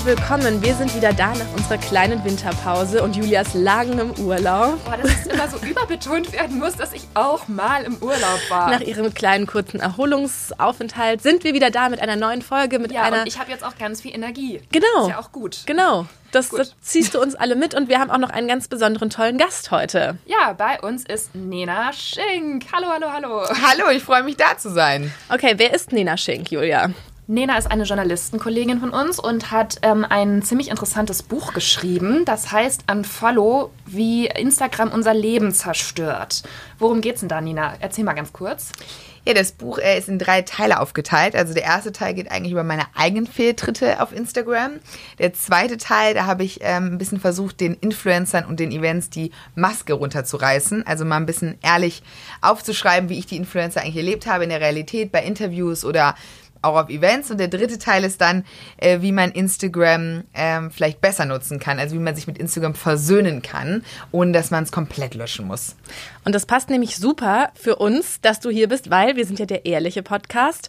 willkommen. Wir sind wieder da nach unserer kleinen Winterpause und Julias langem Urlaub. Boah, dass es immer so überbetont werden muss, dass ich auch mal im Urlaub war. Nach ihrem kleinen kurzen Erholungsaufenthalt sind wir wieder da mit einer neuen Folge. Und ich habe jetzt auch ganz viel Energie. Genau. Ist ja auch gut. Genau. Das ziehst du uns alle mit und wir haben auch noch einen ganz besonderen, tollen Gast heute. Ja, bei uns ist Nena Schink. Hallo, hallo, hallo. Hallo, ich freue mich, da zu sein. Okay, wer ist Nena Schink, Julia? Nena ist eine Journalistenkollegin von uns und hat ein ziemlich interessantes Buch geschrieben. Das heißt Unfollow, wie Instagram unser Leben zerstört. Worum geht's denn da, Nena? Erzähl mal ganz kurz. Ja, das Buch ist in 3 Teile aufgeteilt. Also der erste Teil geht eigentlich über meine eigenen Fehltritte auf Instagram. Der zweite Teil, da habe ich ein bisschen versucht, den Influencern und den Events die Maske runterzureißen. Also mal ein bisschen ehrlich aufzuschreiben, wie ich die Influencer eigentlich erlebt habe in der Realität, bei Interviews oder auch auf Events. Und der dritte Teil ist dann, wie man Instagram vielleicht besser nutzen kann. Also wie man sich mit Instagram versöhnen kann, ohne dass man es komplett löschen muss. Und das passt nämlich super für uns, dass du hier bist, weil wir sind ja der ehrliche Podcast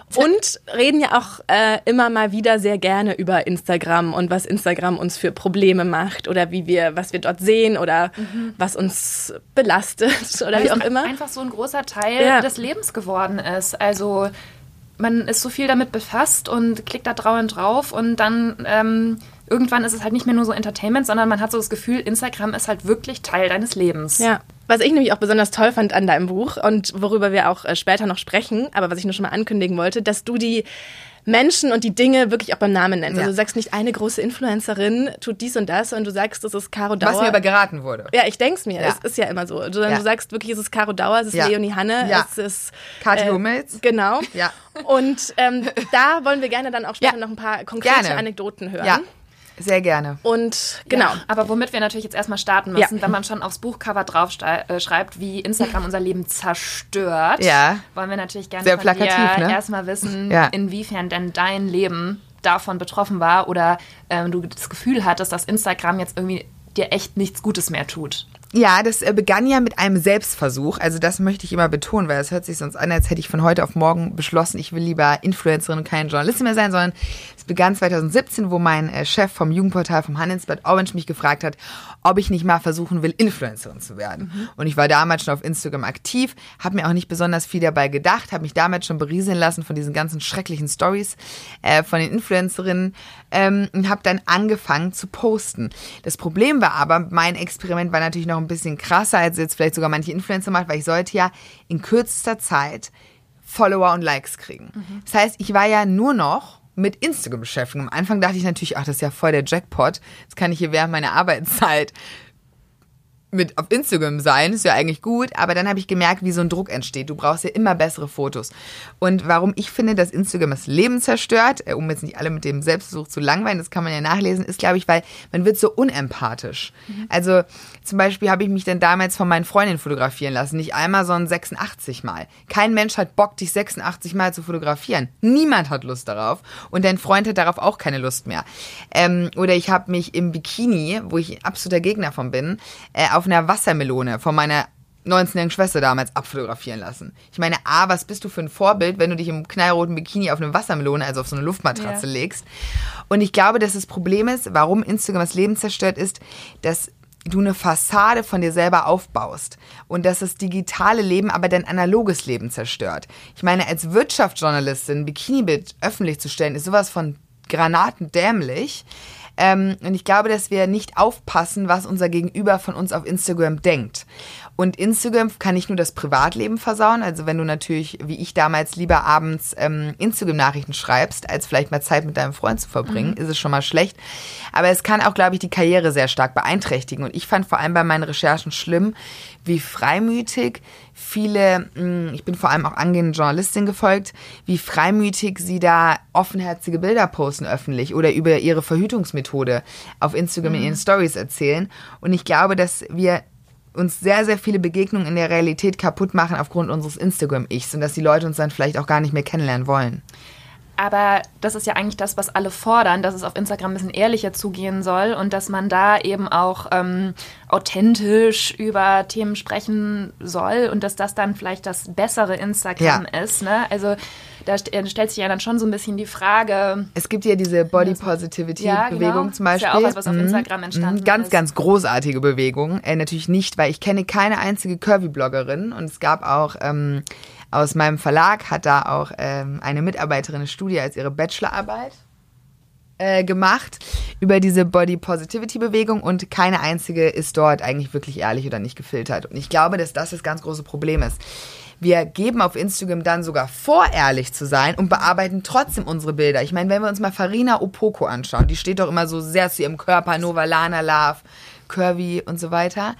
und reden ja auch immer mal wieder sehr gerne über Instagram und was Instagram uns für Probleme macht oder was wir dort sehen oder was uns belastet oder wie auch immer. Einfach so ein großer Teil des Lebens geworden ist. Also man ist so viel damit befasst und klickt da dauernd drauf und dann irgendwann ist es halt nicht mehr nur so Entertainment, sondern man hat so das Gefühl, Instagram ist halt wirklich Teil deines Lebens. Ja, was ich nämlich auch besonders toll fand an deinem Buch und worüber wir auch später noch sprechen, aber was ich nur schon mal ankündigen wollte, dass du die Menschen und die Dinge wirklich auch beim Namen nennst. Ja. Also du sagst nicht, eine große Influencerin tut dies und das und du sagst, das ist Caro Dauer. Was mir aber geraten wurde. Ja, ich denk's mir. Es ist ja immer so. Du sagst wirklich, es ist Caro Dauer, es ist Leonie Hanne, es ist Kathi Hummels. Genau. Ja. Und da wollen wir gerne dann auch später noch ein paar konkrete Anekdoten hören. Ja. Sehr gerne. Und genau. Ja, aber womit wir natürlich jetzt erstmal starten müssen, wenn man schon aufs Buchcover drauf schreibt, wie Instagram unser Leben zerstört, wollen wir natürlich gerne sehr plakativ, von dir erstmal wissen, inwiefern denn dein Leben davon betroffen war oder du das Gefühl hattest, dass Instagram jetzt irgendwie dir echt nichts Gutes mehr tut. Ja, das begann ja mit einem Selbstversuch. Also das möchte ich immer betonen, weil es hört sich sonst an, als hätte ich von heute auf morgen beschlossen, ich will lieber Influencerin und keine Journalistin mehr sein, sondern es begann 2017, wo mein Chef vom Jugendportal vom Handelsblatt Orange mich gefragt hat, ob ich nicht mal versuchen will, Influencerin zu werden. Und ich war damals schon auf Instagram aktiv, habe mir auch nicht besonders viel dabei gedacht, habe mich damals schon berieseln lassen von diesen ganzen schrecklichen Stories von den Influencerinnen und habe dann angefangen zu posten. Das Problem war aber, mein Experiment war natürlich noch ein bisschen krasser, als jetzt vielleicht sogar manche Influencer macht, weil ich sollte ja in kürzester Zeit Follower und Likes kriegen. Das heißt, ich war ja nur noch mit Instagram beschäftigt. Am Anfang dachte ich natürlich, ach, das ist ja voll der Jackpot. Jetzt kann ich hier während meiner Arbeitszeit mit auf Instagram sein, ist ja eigentlich gut, aber dann habe ich gemerkt, wie so ein Druck entsteht. Du brauchst ja immer bessere Fotos. Und warum ich finde, dass Instagram das Leben zerstört, um jetzt nicht alle mit dem Selbstversuch zu langweilen, das kann man ja nachlesen, ist, glaube ich, weil man wird so unempathisch. Also zum Beispiel habe ich mich dann damals von meinen Freundinnen fotografieren lassen, nicht einmal, sondern 86 Mal. Kein Mensch hat Bock, dich 86 Mal zu fotografieren. Niemand hat Lust darauf und dein Freund hat darauf auch keine Lust mehr. Oder ich habe mich im Bikini, wo ich ein absoluter Gegner von bin, auf einer Wassermelone von meiner 19-jährigen Schwester damals abfotografieren lassen. Ich meine, was bist du für ein Vorbild, wenn du dich im knallroten Bikini auf eine Wassermelone, also auf so eine Luftmatratze legst? Und ich glaube, dass das Problem ist, warum Instagram das Leben zerstört, ist, dass du eine Fassade von dir selber aufbaust und dass das digitale Leben aber dein analoges Leben zerstört. Ich meine, als Wirtschaftsjournalistin ein Bikini-Bild öffentlich zu stellen, ist sowas von granatendämlich. Und ich glaube, dass wir nicht aufpassen, was unser Gegenüber von uns auf Instagram denkt. Und Instagram kann nicht nur das Privatleben versauen, also wenn du natürlich, wie ich damals, lieber abends Instagram-Nachrichten schreibst, als vielleicht mal Zeit mit deinem Freund zu verbringen, ist es schon mal schlecht. Aber es kann auch, glaube ich, die Karriere sehr stark beeinträchtigen. Und ich fand vor allem bei meinen Recherchen schlimm, wie freimütig viele, ich bin vor allem auch angehenden Journalistinnen gefolgt, wie freimütig sie da offenherzige Bilder posten öffentlich oder über ihre Verhütungsmethode auf Instagram in ihren Stories erzählen. Und ich glaube, dass wir uns sehr, sehr viele Begegnungen in der Realität kaputt machen aufgrund unseres Instagram-Ichs und dass die Leute uns dann vielleicht auch gar nicht mehr kennenlernen wollen. Aber das ist ja eigentlich das, was alle fordern, dass es auf Instagram ein bisschen ehrlicher zugehen soll und dass man da eben auch authentisch über Themen sprechen soll und dass das dann vielleicht das bessere Instagram ist. Ne? Also da stellt sich ja dann schon so ein bisschen die Frage. Es gibt ja diese Body Positivity-Bewegung zum Beispiel. Das ist ja auch was auf Instagram entstanden ist. Ganz großartige Bewegung. Natürlich nicht, weil ich kenne keine einzige Curvy-Bloggerin und es gab auch aus meinem Verlag hat da auch eine Mitarbeiterin eine Studie als ihre Bachelorarbeit gemacht über diese Body Positivity Bewegung und keine einzige ist dort eigentlich wirklich ehrlich oder nicht gefiltert. Und ich glaube, dass das ganz große Problem ist. Wir geben auf Instagram dann sogar vor, ehrlich zu sein und bearbeiten trotzdem unsere Bilder. Ich meine, wenn wir uns mal Farina Opoko anschauen, die steht doch immer so sehr zu ihrem Körper, Nova Lana Love, Curvy und so weiter.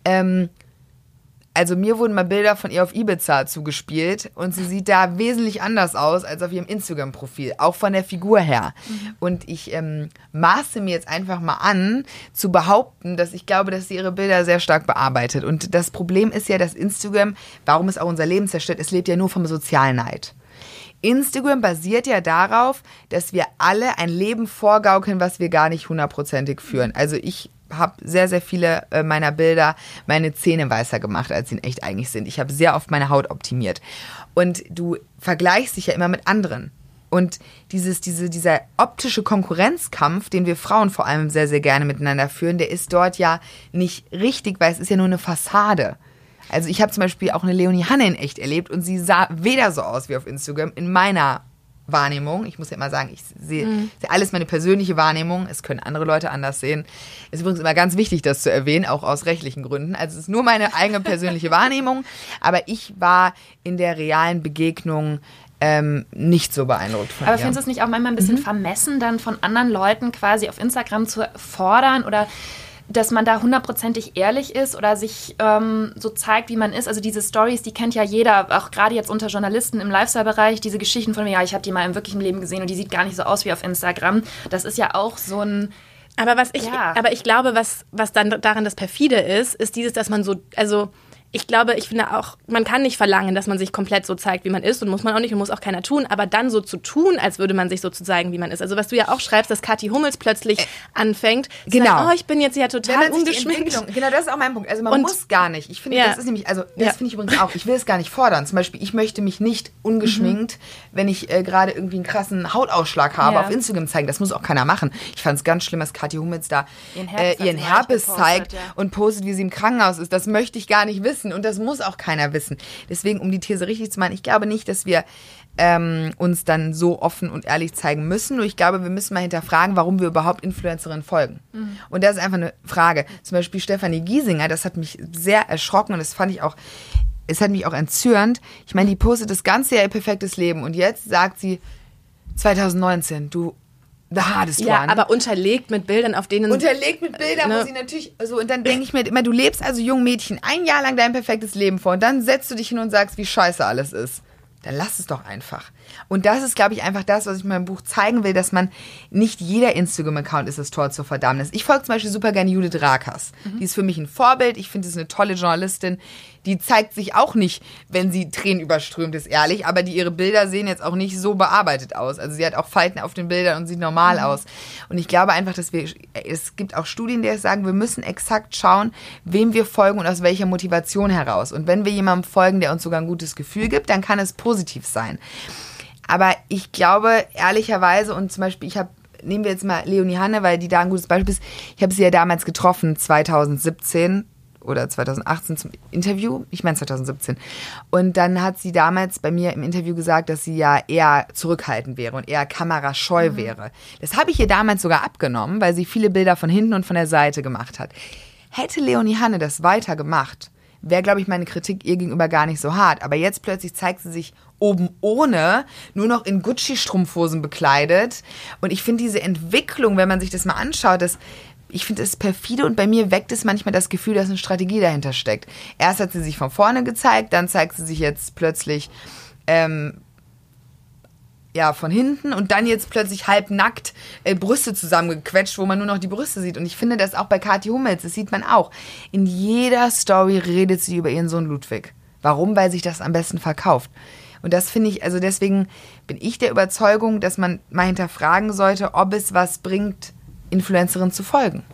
Also mir wurden mal Bilder von ihr auf Ibiza zugespielt und sie sieht da wesentlich anders aus als auf ihrem Instagram-Profil, auch von der Figur her. Und ich maße mir jetzt einfach mal an, zu behaupten, dass ich glaube, dass sie ihre Bilder sehr stark bearbeitet. Und das Problem ist ja, dass Instagram, warum es auch unser Leben zerstört, es lebt ja nur vom Sozialneid. Instagram basiert ja darauf, dass wir alle ein Leben vorgaukeln, was wir gar nicht 100%ig führen. Also ich habe sehr, sehr viele meiner Bilder meine Zähne weißer gemacht, als sie in echt eigentlich sind. Ich habe sehr oft meine Haut optimiert. Und du vergleichst dich ja immer mit anderen. Und dieser optische Konkurrenzkampf, den wir Frauen vor allem sehr, sehr gerne miteinander führen, der ist dort ja nicht richtig, weil es ist ja nur eine Fassade. Also ich habe zum Beispiel auch eine Leonie Hanne in echt erlebt und sie sah weder so aus wie auf Instagram in meiner Wahrnehmung. Ich muss ja immer sagen, ich sehe alles meine persönliche Wahrnehmung. Es können andere Leute anders sehen. Ist übrigens immer ganz wichtig, das zu erwähnen, auch aus rechtlichen Gründen. Also es ist nur meine eigene persönliche Wahrnehmung. Aber ich war in der realen Begegnung nicht so beeindruckt von ihr. Aber findest du es nicht auch manchmal ein bisschen vermessen, dann von anderen Leuten quasi auf Instagram zu fordern oder dass man da 100%ig ehrlich ist oder sich so zeigt, wie man ist. Also diese Stories, die kennt ja jeder, auch gerade jetzt unter Journalisten im Lifestyle-Bereich, diese Geschichten von mir, ja, ich habe die mal im wirklichen Leben gesehen und die sieht gar nicht so aus wie auf Instagram. Das ist ja auch so ein... Aber ich glaube, was dann daran das perfide ist dieses, dass man so, also ich finde auch, man kann nicht verlangen, dass man sich komplett so zeigt, wie man ist und muss man auch nicht und muss auch keiner tun, aber dann so zu tun, als würde man sich so zu zeigen, wie man ist. Also was du ja auch schreibst, dass Kathi Hummels plötzlich anfängt, zu sagen, ich bin jetzt ja total ungeschminkt. Genau, das ist auch mein Punkt. Also man muss gar nicht. Ich finde, das ist nämlich, das finde ich übrigens auch, ich will es gar nicht fordern. Zum Beispiel, ich möchte mich nicht ungeschminkt, wenn ich gerade irgendwie einen krassen Hautausschlag habe, auf Instagram zeigen. Das muss auch keiner machen. Ich fand es ganz schlimm, dass Kathi Hummels da ihren Herpes zeigt und postet, wie sie im Krankenhaus ist. Das möchte ich gar nicht wissen. Und das muss auch keiner wissen. Deswegen, um die These richtig zu machen, ich glaube nicht, dass wir uns dann so offen und ehrlich zeigen müssen. Nur ich glaube, wir müssen mal hinterfragen, warum wir überhaupt Influencerinnen folgen. Und das ist einfach eine Frage. Zum Beispiel Stefanie Giesinger, das hat mich sehr erschrocken und das fand ich auch, es hat mich auch entzürnt. Ich meine, die postet das ganze Jahr ihr perfektes Leben und jetzt sagt sie, 2019, du the hardest one. Ja, aber unterlegt mit Bildern, auf denen... Wo sie natürlich... So, und dann denke ich mir immer, du lebst also jungen Mädchen ein Jahr lang dein perfektes Leben vor und dann setzt du dich hin und sagst, wie scheiße alles ist. Dann lass es doch einfach. Und das ist, glaube ich, einfach das, was ich in meinem Buch zeigen will, dass man nicht jeder Instagram-Account ist das Tor zur Verdammnis. Ich folge zum Beispiel super gerne Judith Rakers. Die ist für mich ein Vorbild. Ich finde, sie ist eine tolle Journalistin. Die zeigt sich auch nicht, wenn sie tränenüberströmt ist, ehrlich. Aber ihre Bilder sehen jetzt auch nicht so bearbeitet aus. Also sie hat auch Falten auf den Bildern und sieht normal aus. Und ich glaube einfach, dass es gibt auch Studien, die sagen, wir müssen exakt schauen, wem wir folgen und aus welcher Motivation heraus. Und wenn wir jemandem folgen, der uns sogar ein gutes Gefühl gibt, dann kann es positiv sein. Aber ich glaube, ehrlicherweise, und zum Beispiel, nehmen wir jetzt mal Leonie Hanne, weil die da ein gutes Beispiel ist. Ich habe sie ja damals getroffen, 2017 oder 2018 zum Interview. Ich meine 2017. Und dann hat sie damals bei mir im Interview gesagt, dass sie ja eher zurückhaltend wäre und eher kamerascheu wäre. Das habe ich ihr damals sogar abgenommen, weil sie viele Bilder von hinten und von der Seite gemacht hat. Hätte Leonie Hanne das weiter gemacht, wäre, glaube ich, meine Kritik ihr gegenüber gar nicht so hart. Aber jetzt plötzlich zeigt sie sich oben ohne, nur noch in Gucci-Strumpfhosen bekleidet. Und ich finde diese Entwicklung, wenn man sich das mal anschaut, ich finde es perfide und bei mir weckt es manchmal das Gefühl, dass eine Strategie dahinter steckt. Erst hat sie sich von vorne gezeigt, dann zeigt sie sich jetzt plötzlich von hinten und dann jetzt plötzlich halbnackt Brüste zusammengequetscht, wo man nur noch die Brüste sieht. Und ich finde das auch bei Kathi Hummels, das sieht man auch. In jeder Story redet sie über ihren Sohn Ludwig. Warum? Weil sich das am besten verkauft. Und das finde ich, also deswegen bin ich der Überzeugung, dass man mal hinterfragen sollte, ob es was bringt, Influencerin zu folgen.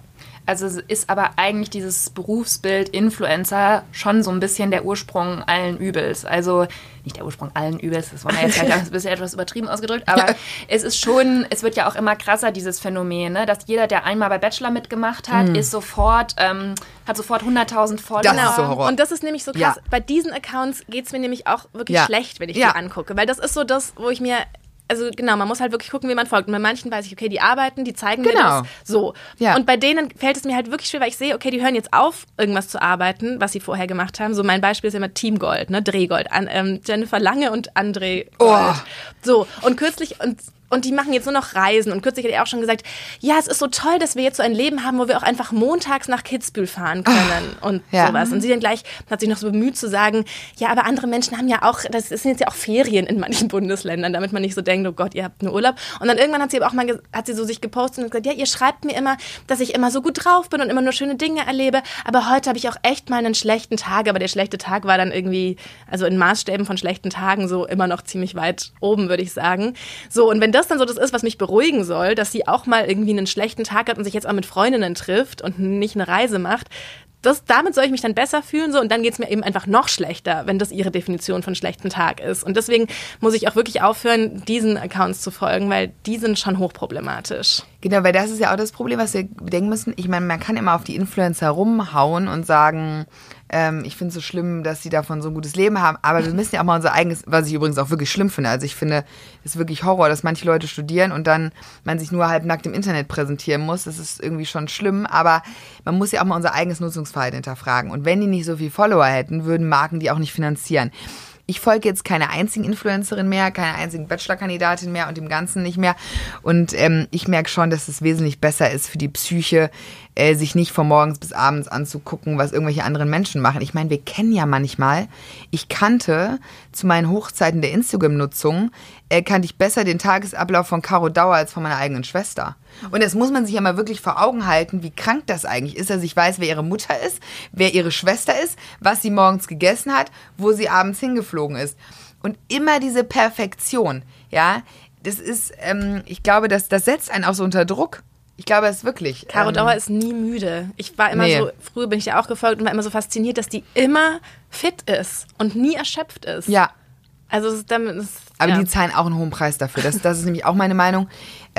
Also ist aber eigentlich dieses Berufsbild Influencer schon so ein bisschen der Ursprung allen Übels. Also nicht der Ursprung allen Übels, das war ja jetzt vielleicht ein bisschen etwas übertrieben ausgedrückt, aber es ist schon, es wird ja auch immer krasser, dieses Phänomen, ne? Dass jeder, der einmal bei Bachelor mitgemacht hat, ist sofort, hat sofort 100.000 Follower. Das ist so Horror. Und das ist nämlich so krass. Ja. Bei diesen Accounts geht es mir nämlich auch wirklich schlecht, wenn ich die angucke. Weil das ist so das, wo ich mir... Also genau, man muss halt wirklich gucken, wie man folgt. Und bei manchen weiß ich, okay, die arbeiten, die zeigen mir das so. Ja. Und bei denen fällt es mir halt wirklich schwer, weil ich sehe, okay, die hören jetzt auf, irgendwas zu arbeiten, was sie vorher gemacht haben. So mein Beispiel ist immer Team Gold, ne, Drehgold. Jennifer Lange und André Gold. So, und kürzlich... Und die machen jetzt nur noch Reisen. Und kürzlich hat er auch schon gesagt, ja, es ist so toll, dass wir jetzt so ein Leben haben, wo wir auch einfach montags nach Kitzbühel fahren können und sowas. Und sie dann gleich hat sich noch so bemüht zu sagen, ja, aber andere Menschen haben ja auch, das sind jetzt ja auch Ferien in manchen Bundesländern, damit man nicht so denkt, oh Gott, ihr habt nur Urlaub. Und dann irgendwann hat sie aber auch mal, hat sie so sich gepostet und gesagt, ja, ihr schreibt mir immer, dass ich immer so gut drauf bin und immer nur schöne Dinge erlebe. Aber heute habe ich auch echt mal einen schlechten Tag. Aber der schlechte Tag war dann irgendwie, also in Maßstäben von schlechten Tagen so immer noch ziemlich weit oben, würde ich sagen. So, und wenn das dann so das ist, was mich beruhigen soll, dass sie auch mal irgendwie einen schlechten Tag hat und sich jetzt auch mit Freundinnen trifft und nicht eine Reise macht, damit soll ich mich dann besser fühlen so und dann geht es mir eben einfach noch schlechter, wenn das ihre Definition von schlechten Tag ist. Und deswegen muss ich auch wirklich aufhören, diesen Accounts zu folgen, weil die sind schon hochproblematisch. Genau, weil das ist ja auch das Problem, was wir bedenken müssen. Ich meine, man kann immer auf die Influencer rumhauen und sagen, ich finde es so schlimm, dass sie davon so ein gutes Leben haben, aber wir müssen ja auch mal unser eigenes, was ich übrigens auch wirklich schlimm finde, also ich finde, es ist wirklich Horror, dass manche Leute studieren und dann man sich nur halbnackt im Internet präsentieren muss, das ist irgendwie schon schlimm, aber man muss ja auch mal unser eigenes Nutzungsverhalten hinterfragen und wenn die nicht so viel Follower hätten, würden Marken die auch nicht finanzieren. Ich folge jetzt keine einzigen Influencerin mehr, keine einzigen Bachelor-Kandidatin mehr und dem Ganzen nicht mehr. Und ich merke schon, dass es wesentlich besser ist für die Psyche, sich nicht von morgens bis abends anzugucken, was irgendwelche anderen Menschen machen. Ich meine, wir kennen ja manchmal, ich kannte zu meinen Hochzeiten der Instagram-Nutzung, kannte ich besser den Tagesablauf von Caro Dauer als von meiner eigenen Schwester. Und das muss man sich ja mal wirklich vor Augen halten, wie krank das eigentlich ist, dass ich weiß, wer ihre Mutter ist, wer ihre Schwester ist, was sie morgens gegessen hat, wo sie abends hingeflogen ist. Und immer diese Perfektion, ja, das ist, ich glaube, das setzt einen auch so unter Druck. Ich glaube es wirklich. Caro Dauer ist nie müde. Ich war immer so, früher bin ich ja auch gefolgt und war immer so fasziniert, dass die immer fit ist und nie erschöpft ist. Ja. Also aber die zahlen auch einen hohen Preis dafür. Das ist nämlich auch meine Meinung.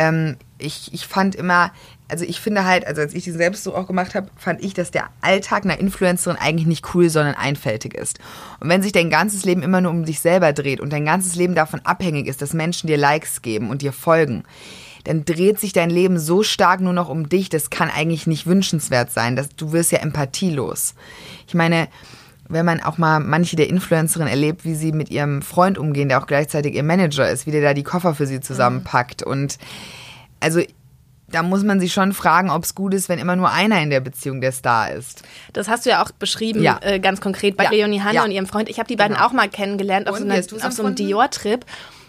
Ich fand immer, also ich finde halt, also als ich diesen Selbstsuch auch gemacht habe, fand ich, dass der Alltag einer Influencerin eigentlich nicht cool, sondern einfältig ist. Und wenn sich dein ganzes Leben immer nur um dich selber dreht und dein ganzes Leben davon abhängig ist, dass Menschen dir Likes geben und dir folgen, dann dreht sich dein Leben so stark nur noch um dich, das kann eigentlich nicht wünschenswert sein. Du wirst ja empathielos. Ich meine, wenn man auch mal manche der Influencerinnen erlebt, wie sie mit ihrem Freund umgehen, der auch gleichzeitig ihr Manager ist, wie der da die Koffer für sie zusammenpackt. Und also da muss man sich schon fragen, ob es gut ist, wenn immer nur einer in der Beziehung der Star ist. Das hast du ja auch beschrieben, ganz konkret bei Leonie Hanna und ihrem Freund. Ich habe die beiden auch mal kennengelernt auf so einem Dior-Trip.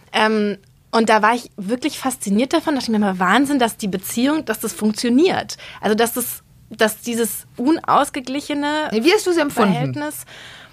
Und da war ich wirklich fasziniert davon, dachte ich mir mal, Wahnsinn, dass die Beziehung, dass das funktioniert. Also dass dieses unausgeglichene Wie hast du sie empfunden? Verhältnis.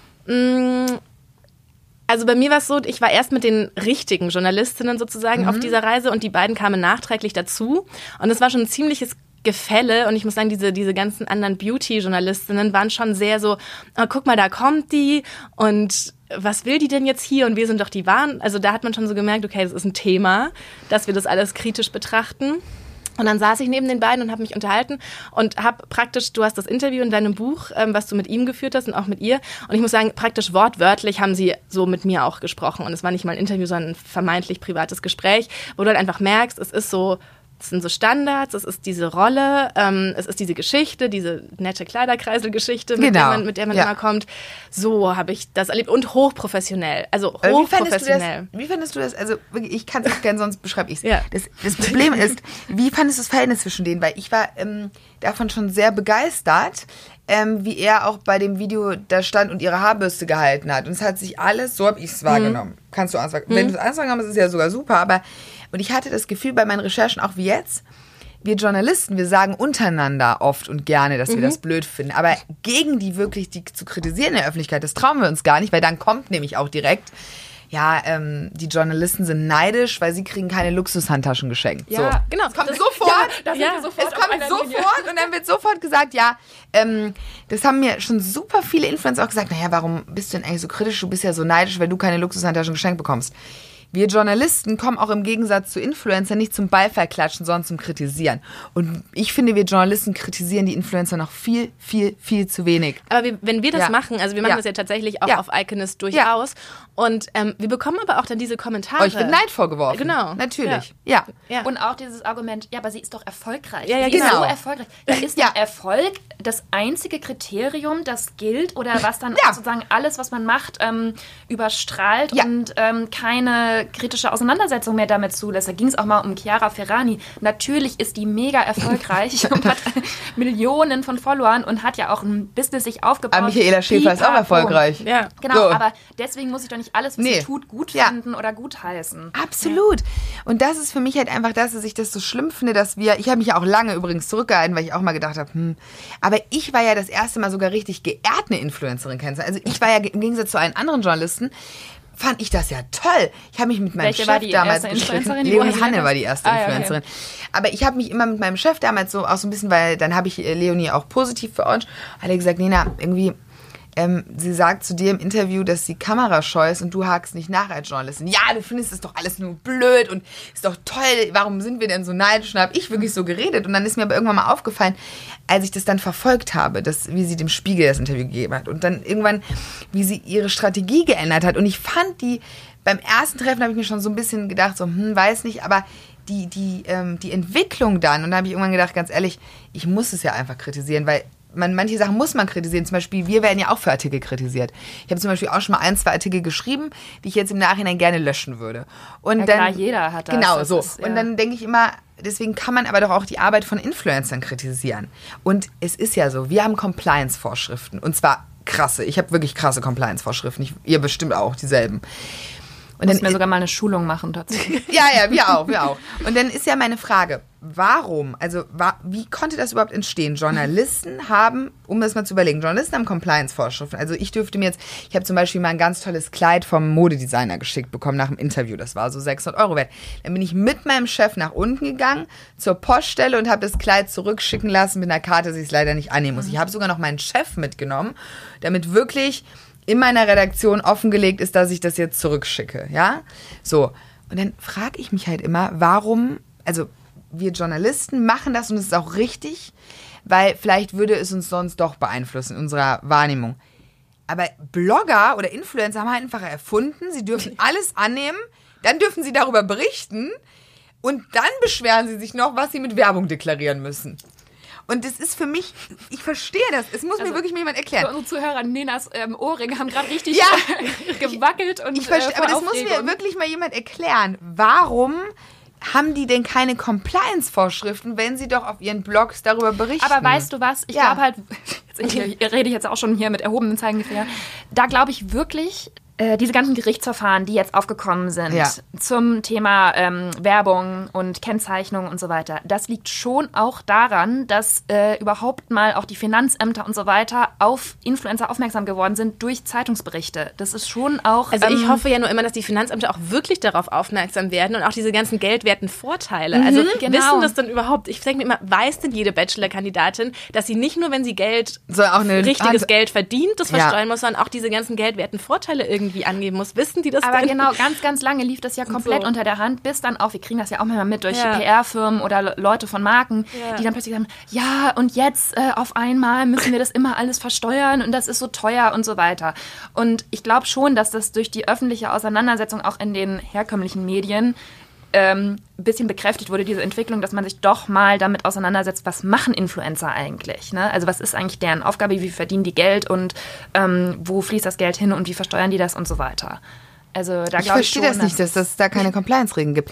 Also bei mir war es so, ich war erst mit den richtigen Journalistinnen sozusagen auf dieser Reise und die beiden kamen nachträglich dazu. Und es war schon ein ziemliches Gefälle und ich muss sagen, diese ganzen anderen Beauty-Journalistinnen waren schon sehr so, oh, guck mal, da kommt die und was will die denn jetzt hier und wir sind doch die Wahren. Also da hat man schon so gemerkt, okay, das ist ein Thema, dass wir das alles kritisch betrachten. Und dann saß ich neben den beiden und habe mich unterhalten und habe praktisch, du hast das Interview in deinem Buch, was du mit ihm geführt hast und auch mit ihr. Und ich muss sagen, praktisch wortwörtlich haben sie so mit mir auch gesprochen. Und es war nicht mal ein Interview, sondern ein vermeintlich privates Gespräch, wo du halt einfach merkst, es sind so Standards, es ist diese Rolle, es ist diese Geschichte, diese nette Kleiderkreiselgeschichte, mit der man immer kommt. So habe ich das erlebt und hochprofessionell, also hochprofessionell. Wie fandest du das? Also wirklich, ich kann es nicht gerne, sonst beschreibe ich es. Ja. Das Problem ist, wie fandest du das Verhältnis zwischen denen? Weil ich war davon schon sehr begeistert, wie er auch bei dem Video da stand und ihre Haarbürste gehalten hat. Und es hat sich alles, so habe ich es wahrgenommen. Kannst du anders sagen. Wenn du es anders sagen kannst, ist es ja sogar super, aber und ich hatte das Gefühl bei meinen Recherchen, auch wie jetzt, wir Journalisten, wir sagen untereinander oft und gerne, dass wir das blöd finden. Aber gegen die zu kritisieren in der Öffentlichkeit, das trauen wir uns gar nicht, weil dann kommt nämlich auch direkt, die Journalisten sind neidisch, weil sie kriegen keine Luxushandtaschen geschenkt. Ja, so. genau. Es kommt sofort. Es kommt sofort und dann wird sofort gesagt, das haben mir schon super viele Influencer auch gesagt, naja, warum bist du denn eigentlich so kritisch? Du bist ja so neidisch, weil du keine Luxushandtaschen geschenkt bekommst. Wir Journalisten kommen auch im Gegensatz zu Influencern nicht zum Beifallklatschen, sondern zum Kritisieren. Und ich finde, wir Journalisten kritisieren die Influencer noch viel, viel, viel zu wenig. Aber wenn wir das machen, also wir machen das ja tatsächlich auch auf Iconist durchaus. Und wir bekommen aber auch dann diese Kommentare. Euch wird Neid vorgeworfen. Genau. Natürlich. Ja. Und auch dieses Argument, aber sie ist doch erfolgreich. Ja, sie ist genau. so erfolgreich. Da ist der Erfolg das einzige Kriterium, das gilt oder was dann sozusagen alles, was man macht, überstrahlt und keine kritische Auseinandersetzung mehr damit zulässt. Da ging es auch mal um Chiara Ferragni. Natürlich ist die mega erfolgreich und hat Millionen von Followern und hat ja auch ein Business sich aufgebaut. Aber Michaela Schäfer ist auch erfolgreich. Ja. Genau, so. Aber deswegen muss ich doch nicht alles, was sie tut, gut finden oder gut heißen. Absolut. Und das ist für mich halt einfach das, dass ich das so schlimm finde, dass ich habe mich ja auch lange übrigens zurückgehalten, weil ich auch mal gedacht habe, aber ich war ja das erste Mal sogar richtig geehrt, eine Influencerin kennenzulernen. Also ich war ja im Gegensatz zu allen anderen Journalisten, fand ich das ja toll. Ich habe mich mit meinem Chef damals gestritten. Leonie Hanne war die erste Influencerin. Okay. Aber ich habe mich immer mit meinem Chef damals so auch so ein bisschen, weil dann habe ich Leonie auch positiv verarscht, hat er gesagt, Nena, irgendwie sie sagt zu dir im Interview, dass sie kamerascheu ist und du hakst nicht nach als Journalistin. Ja, du findest das doch alles nur blöd und ist doch toll, warum sind wir denn so neidisch? Und habe ich wirklich so geredet. Und dann ist mir aber irgendwann mal aufgefallen, als ich das dann verfolgt habe, wie sie dem Spiegel das Interview gegeben hat und dann irgendwann, wie sie ihre Strategie geändert hat. Und ich fand beim ersten Treffen habe ich mir schon so ein bisschen gedacht, so, weiß nicht, aber die Entwicklung dann, und da habe ich irgendwann gedacht, ganz ehrlich, ich muss es ja einfach kritisieren, weil manche Sachen muss man kritisieren. Zum Beispiel, wir werden ja auch für Artikel kritisiert. Ich habe zum Beispiel auch schon mal 1, 2 Artikel geschrieben, die ich jetzt im Nachhinein gerne löschen würde. Und ja, dann, klar, jeder hat das. Genau, das so. Ist, und dann denke ich immer, deswegen kann man aber doch auch die Arbeit von Influencern kritisieren. Und es ist ja so, wir haben Compliance-Vorschriften. Und zwar krasse. Ich habe wirklich krasse Compliance-Vorschriften. Ihr bestimmt auch dieselben. Und dann mir sogar mal eine Schulung machen tatsächlich. Ja, wir auch. Und dann ist ja meine Frage, wie konnte das überhaupt entstehen? Journalisten haben, um das mal zu überlegen, Journalisten haben Compliance-Vorschriften. Also ich habe zum Beispiel mal ein ganz tolles Kleid vom Modedesigner geschickt bekommen nach dem Interview. Das war so 600 € wert. Dann bin ich mit meinem Chef nach unten gegangen zur Poststelle und habe das Kleid zurückschicken lassen mit einer Karte, dass ich es leider nicht annehmen muss. Ich habe sogar noch meinen Chef mitgenommen, damit wirklich in meiner Redaktion offengelegt ist, dass ich das jetzt zurückschicke, ja? So. Und dann frage ich mich halt immer, warum, also wir Journalisten machen das und es ist auch richtig, weil vielleicht würde es uns sonst doch beeinflussen in unserer Wahrnehmung. Aber Blogger oder Influencer haben halt einfach erfunden, sie dürfen alles annehmen, dann dürfen sie darüber berichten und dann beschweren sie sich noch, was sie mit Werbung deklarieren müssen. Und das ist für mich, ich verstehe das, es muss mir wirklich jemand erklären. Für unsere Zuhörer, Nenas Ohrringe haben gerade richtig gewackelt und ich verstehe, aber das muss mir wirklich mal jemand erklären. Warum haben die denn keine Compliance-Vorschriften, wenn sie doch auf ihren Blogs darüber berichten? Aber weißt du was, ich glaube halt, ich rede jetzt auch schon hier mit erhobenen Zeigefinger, da glaube ich wirklich, diese ganzen Gerichtsverfahren, die jetzt aufgekommen sind zum Thema Werbung und Kennzeichnung und so weiter, das liegt schon auch daran, dass überhaupt mal auch die Finanzämter und so weiter auf Influencer aufmerksam geworden sind durch Zeitungsberichte. Das ist schon auch... Also ich hoffe ja nur immer, dass die Finanzämter auch wirklich darauf aufmerksam werden und auch diese ganzen geldwerten Vorteile. Also wissen das dann überhaupt? Ich denke mir immer, weiß denn jede Bachelor-Kandidatin, dass sie nicht nur, wenn sie richtiges Geld verdient, das versteuern muss, sondern auch diese ganzen geldwerten Vorteile irgendwie angeben muss. Wissen die das aber denn? Genau, ganz, ganz lange lief das ja komplett unter der Hand, bis dann auch, wir kriegen das ja auch manchmal mit durch PR-Firmen oder Leute von Marken, die dann plötzlich sagen, ja, und jetzt auf einmal müssen wir das immer alles versteuern und das ist so teuer und so weiter. Und ich glaube schon, dass das durch die öffentliche Auseinandersetzung auch in den herkömmlichen Medien ein bisschen bekräftigt wurde, diese Entwicklung, dass man sich doch mal damit auseinandersetzt, was machen Influencer eigentlich? Ne? Also was ist eigentlich deren Aufgabe, wie verdienen die Geld und wo fließt das Geld hin und wie versteuern die das und so weiter? Also da glaube ich schon, verstehe das nicht, dass es da keine Compliance-Regeln gibt.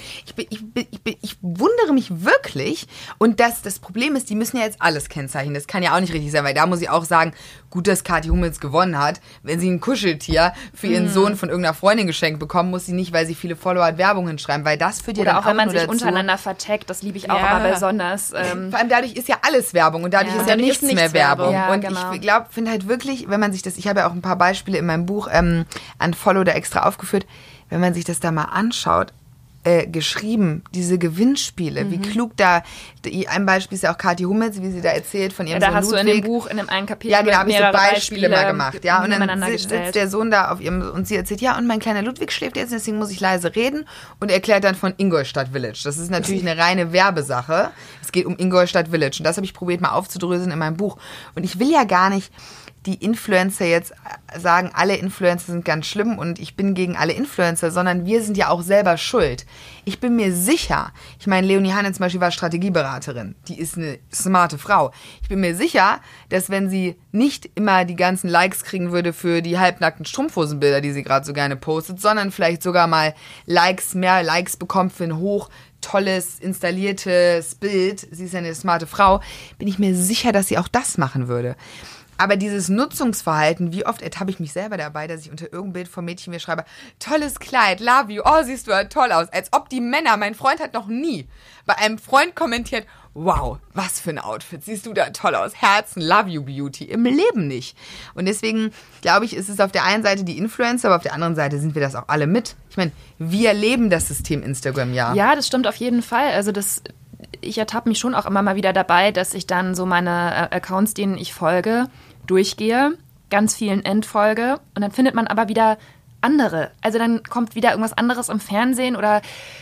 Ich wundere mich wirklich. Und das Problem ist, die müssen ja jetzt alles kennzeichnen. Das kann ja auch nicht richtig sein, weil da muss ich auch sagen, gut, dass Kathi Hummels gewonnen hat. Wenn sie ein Kuscheltier für ihren Sohn von irgendeiner Freundin geschenkt bekommen, muss sie nicht, weil sie viele Follower hat, Werbung hinschreiben, weil das führt ja dann auch wenn man sich dazu, untereinander verteckt, das liebe ich auch immer besonders. Vor allem dadurch ist ja alles Werbung und dadurch ist ja nichts mehr Werbung. Ja, und genau. Ich finde halt wirklich, wenn man sich das, ich habe ja auch ein paar Beispiele in meinem Buch Unfollow da extra aufgeführt, wenn man sich das da mal anschaut, geschrieben, diese Gewinnspiele, wie klug da, ein Beispiel ist ja auch Kathi Hummels, wie sie da erzählt von ihrem Sohn Ludwig. Da hast du in dem Buch, in dem einen Kapitel da habe ich so Beispiele mal gemacht. Ja, und dann sitzt der Sohn da auf ihrem, und sie erzählt, ja, und mein kleiner Ludwig schläft jetzt, deswegen muss ich leise reden und erklärt dann von Ingolstadt Village. Das ist natürlich eine reine Werbesache. Es geht um Ingolstadt Village und das habe ich probiert mal aufzudröseln in meinem Buch. Und ich will ja gar nicht die Influencer jetzt sagen, alle Influencer sind ganz schlimm und ich bin gegen alle Influencer, sondern wir sind ja auch selber schuld. Ich bin mir sicher, ich meine, Leonie Hanne zum Beispiel war Strategieberaterin, die ist eine smarte Frau. Ich bin mir sicher, dass wenn sie nicht immer die ganzen Likes kriegen würde für die halbnackten Strumpfhosenbilder, die sie gerade so gerne postet, sondern vielleicht sogar mal mehr Likes bekommt für ein tolles, installiertes Bild, sie ist ja eine smarte Frau, bin ich mir sicher, dass sie auch das machen würde. Aber dieses Nutzungsverhalten, wie oft ertappe ich mich selber dabei, dass ich unter irgendeinem Bild vom Mädchen mir schreibe, tolles Kleid, love you, oh, siehst du ja toll aus. Als ob die Männer, mein Freund hat noch nie bei einem Freund kommentiert, wow, was für ein Outfit, siehst du da toll aus, Herzen, love you, Beauty, im Leben nicht. Und deswegen, glaube ich, ist es auf der einen Seite die Influencer, aber auf der anderen Seite sind wir das auch alle mit. Ich meine, wir leben das System Instagram, ja. Ja, das stimmt auf jeden Fall. Also ich ertappe mich schon auch immer mal wieder dabei, dass ich dann so meine Accounts, denen ich folge, durchgehe, ganz vielen entfolge und dann findet man aber wieder andere. Also dann kommt wieder irgendwas anderes im Fernsehen oder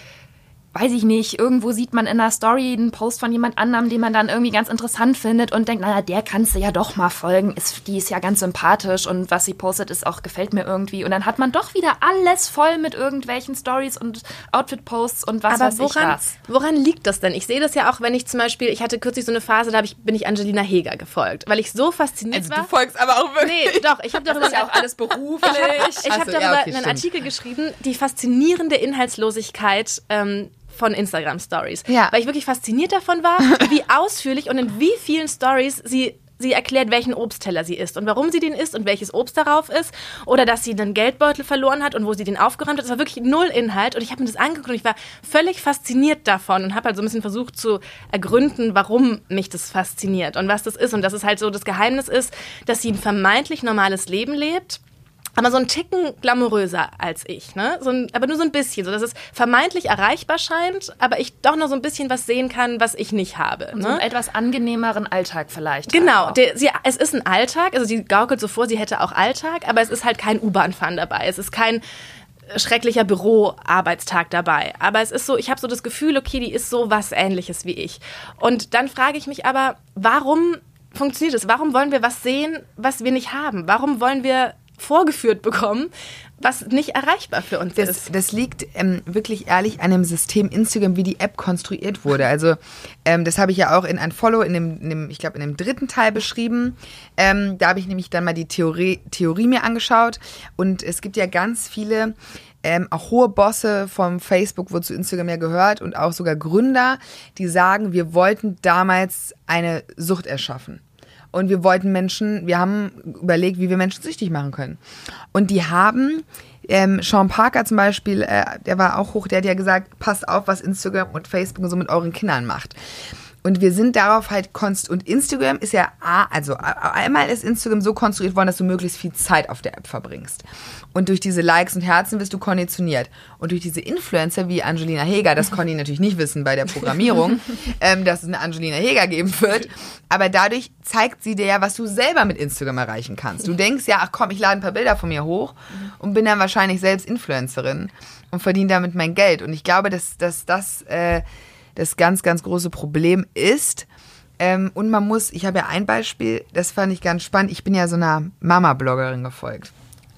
weiß ich nicht, irgendwo sieht man in einer Story einen Post von jemand anderem, den man dann irgendwie ganz interessant findet und denkt, naja, der kannst du ja doch mal folgen, die ist ja ganz sympathisch und was sie postet, gefällt mir irgendwie. Und dann hat man doch wieder alles voll mit irgendwelchen Stories und Outfit-Posts und was weiß ich was. Woran liegt das denn? Ich sehe das ja auch, wenn ich zum Beispiel, ich hatte kürzlich so eine Phase, bin ich Angelina Heger gefolgt, weil ich so fasziniert war. Du folgst aber auch wirklich. Nee, doch, ich habe darüber ja auch alles beruflich. Ich habe darüber einen Artikel geschrieben, die faszinierende Inhaltslosigkeit von Instagram-Stories. Ja. Weil ich wirklich fasziniert davon war, wie ausführlich und in wie vielen Stories sie erklärt, welchen Obstteller sie isst und warum sie den isst und welches Obst darauf ist. Oder dass sie einen Geldbeutel verloren hat und wo sie den aufgeräumt hat. Das war wirklich null Inhalt. Und ich habe mir das angeguckt und ich war völlig fasziniert davon und habe halt so ein bisschen versucht zu ergründen, warum mich das fasziniert und was das ist. Und dass es halt so das Geheimnis ist, dass sie ein vermeintlich normales Leben lebt, aber so ein Ticken glamouröser als ich, ne? Aber nur so ein bisschen, so dass es vermeintlich erreichbar scheint, aber ich doch noch so ein bisschen was sehen kann, was ich nicht habe. Und so einen etwas angenehmeren Alltag vielleicht. Genau, es ist ein Alltag, also sie gaukelt so vor, sie hätte auch Alltag, aber es ist halt kein U-Bahn-Fahren dabei, es ist kein schrecklicher Büroarbeitstag dabei. Aber es ist so, ich habe so das Gefühl, okay, die ist so was Ähnliches wie ich. Und dann frage ich mich aber, warum funktioniert es? Warum wollen wir was sehen, was wir nicht haben? Warum wollen wir vorgeführt bekommen, was nicht erreichbar für uns ist? Das liegt wirklich ehrlich an dem System Instagram, wie die App konstruiert wurde. Also das habe ich ja auch in Unfollow, ich glaube in dem 3. Teil beschrieben. Da habe ich nämlich dann mal die Theorie mir angeschaut und es gibt ja ganz viele auch hohe Bosse vom Facebook, wozu Instagram ja gehört und auch sogar Gründer, die sagen, wir wollten damals eine Sucht erschaffen. Und wir haben überlegt, wie wir Menschen süchtig machen können. Und die haben, Sean Parker zum Beispiel, der war auch hoch, der hat ja gesagt, passt auf, was Instagram und Facebook und so mit euren Kindern macht. Und wir sind darauf halt und Instagram ist ja, einmal ist Instagram so konstruiert worden, dass du möglichst viel Zeit auf der App verbringst. Und durch diese Likes und Herzen wirst du konditioniert. Und durch diese Influencer wie Angelina Heger, das konnte ich natürlich nicht wissen bei der Programmierung, dass es eine Angelina Heger geben wird. Aber dadurch zeigt sie dir ja, was du selber mit Instagram erreichen kannst. Du denkst ja, ach komm, ich lade ein paar Bilder von mir hoch und bin dann wahrscheinlich selbst Influencerin und verdiene damit mein Geld. Und ich glaube, dass das ganz, ganz große Problem ist. Und ich habe ja ein Beispiel, das fand ich ganz spannend. Ich bin ja so einer Mama-Bloggerin gefolgt.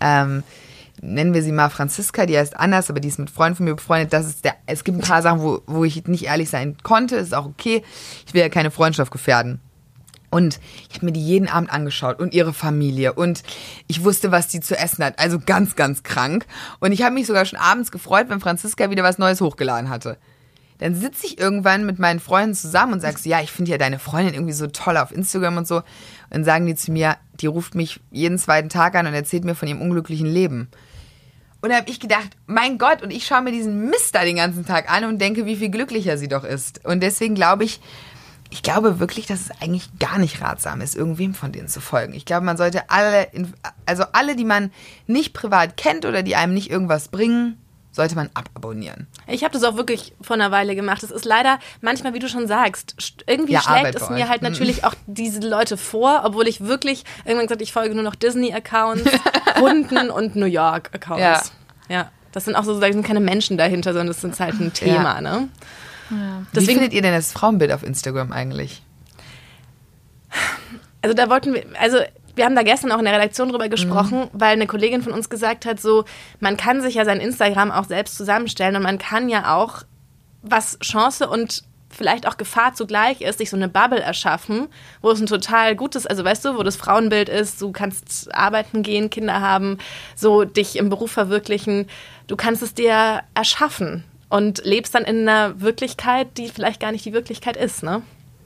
Nennen wir sie mal Franziska, die heißt anders, aber die ist mit Freunden von mir befreundet. Es gibt ein paar Sachen, wo ich nicht ehrlich sein konnte. Ist auch okay. Ich will ja keine Freundschaft gefährden. Und ich habe mir die jeden Abend angeschaut und ihre Familie und ich wusste, was die zu essen hat. Also ganz, ganz krank. Und ich habe mich sogar schon abends gefreut, wenn Franziska wieder was Neues hochgeladen hatte. Dann sitze ich irgendwann mit meinen Freunden zusammen und sage so, ja, ich finde ja deine Freundin irgendwie so toll auf Instagram und so. Und dann sagen die zu mir, die ruft mich jeden 2. Tag an und erzählt mir von ihrem unglücklichen Leben. Und da habe ich gedacht, mein Gott, und ich schaue mir diesen Mist da den ganzen Tag an und denke, wie viel glücklicher sie doch ist. Und deswegen glaube ich wirklich, dass es eigentlich gar nicht ratsam ist, irgendwem von denen zu folgen. Ich glaube, man sollte alle, die man nicht privat kennt oder die einem nicht irgendwas bringen, sollte man ababonnieren. Ich habe das auch wirklich vor einer Weile gemacht. Es ist leider manchmal, wie du schon sagst, irgendwie schlägt es mir halt natürlich auch diese Leute vor, obwohl ich wirklich irgendwann gesagt, ich folge nur noch Disney-Accounts, Hunden und New York-Accounts. Ja, das sind auch so, da sind keine Menschen dahinter, sondern das ist halt ein Thema, ne? Ja. Wie findet ihr denn das Frauenbild auf Instagram eigentlich? Also wir haben da gestern auch in der Redaktion drüber gesprochen, weil eine Kollegin von uns gesagt hat, so, man kann sich ja sein Instagram auch selbst zusammenstellen und man kann ja auch, was Chance und vielleicht auch Gefahr zugleich ist, sich so eine Bubble erschaffen, wo es ein total gutes, also weißt du, wo das Frauenbild ist, du kannst arbeiten gehen, Kinder haben, so dich im Beruf verwirklichen, du kannst es dir erschaffen und lebst dann in einer Wirklichkeit, die vielleicht gar nicht die Wirklichkeit ist, ne?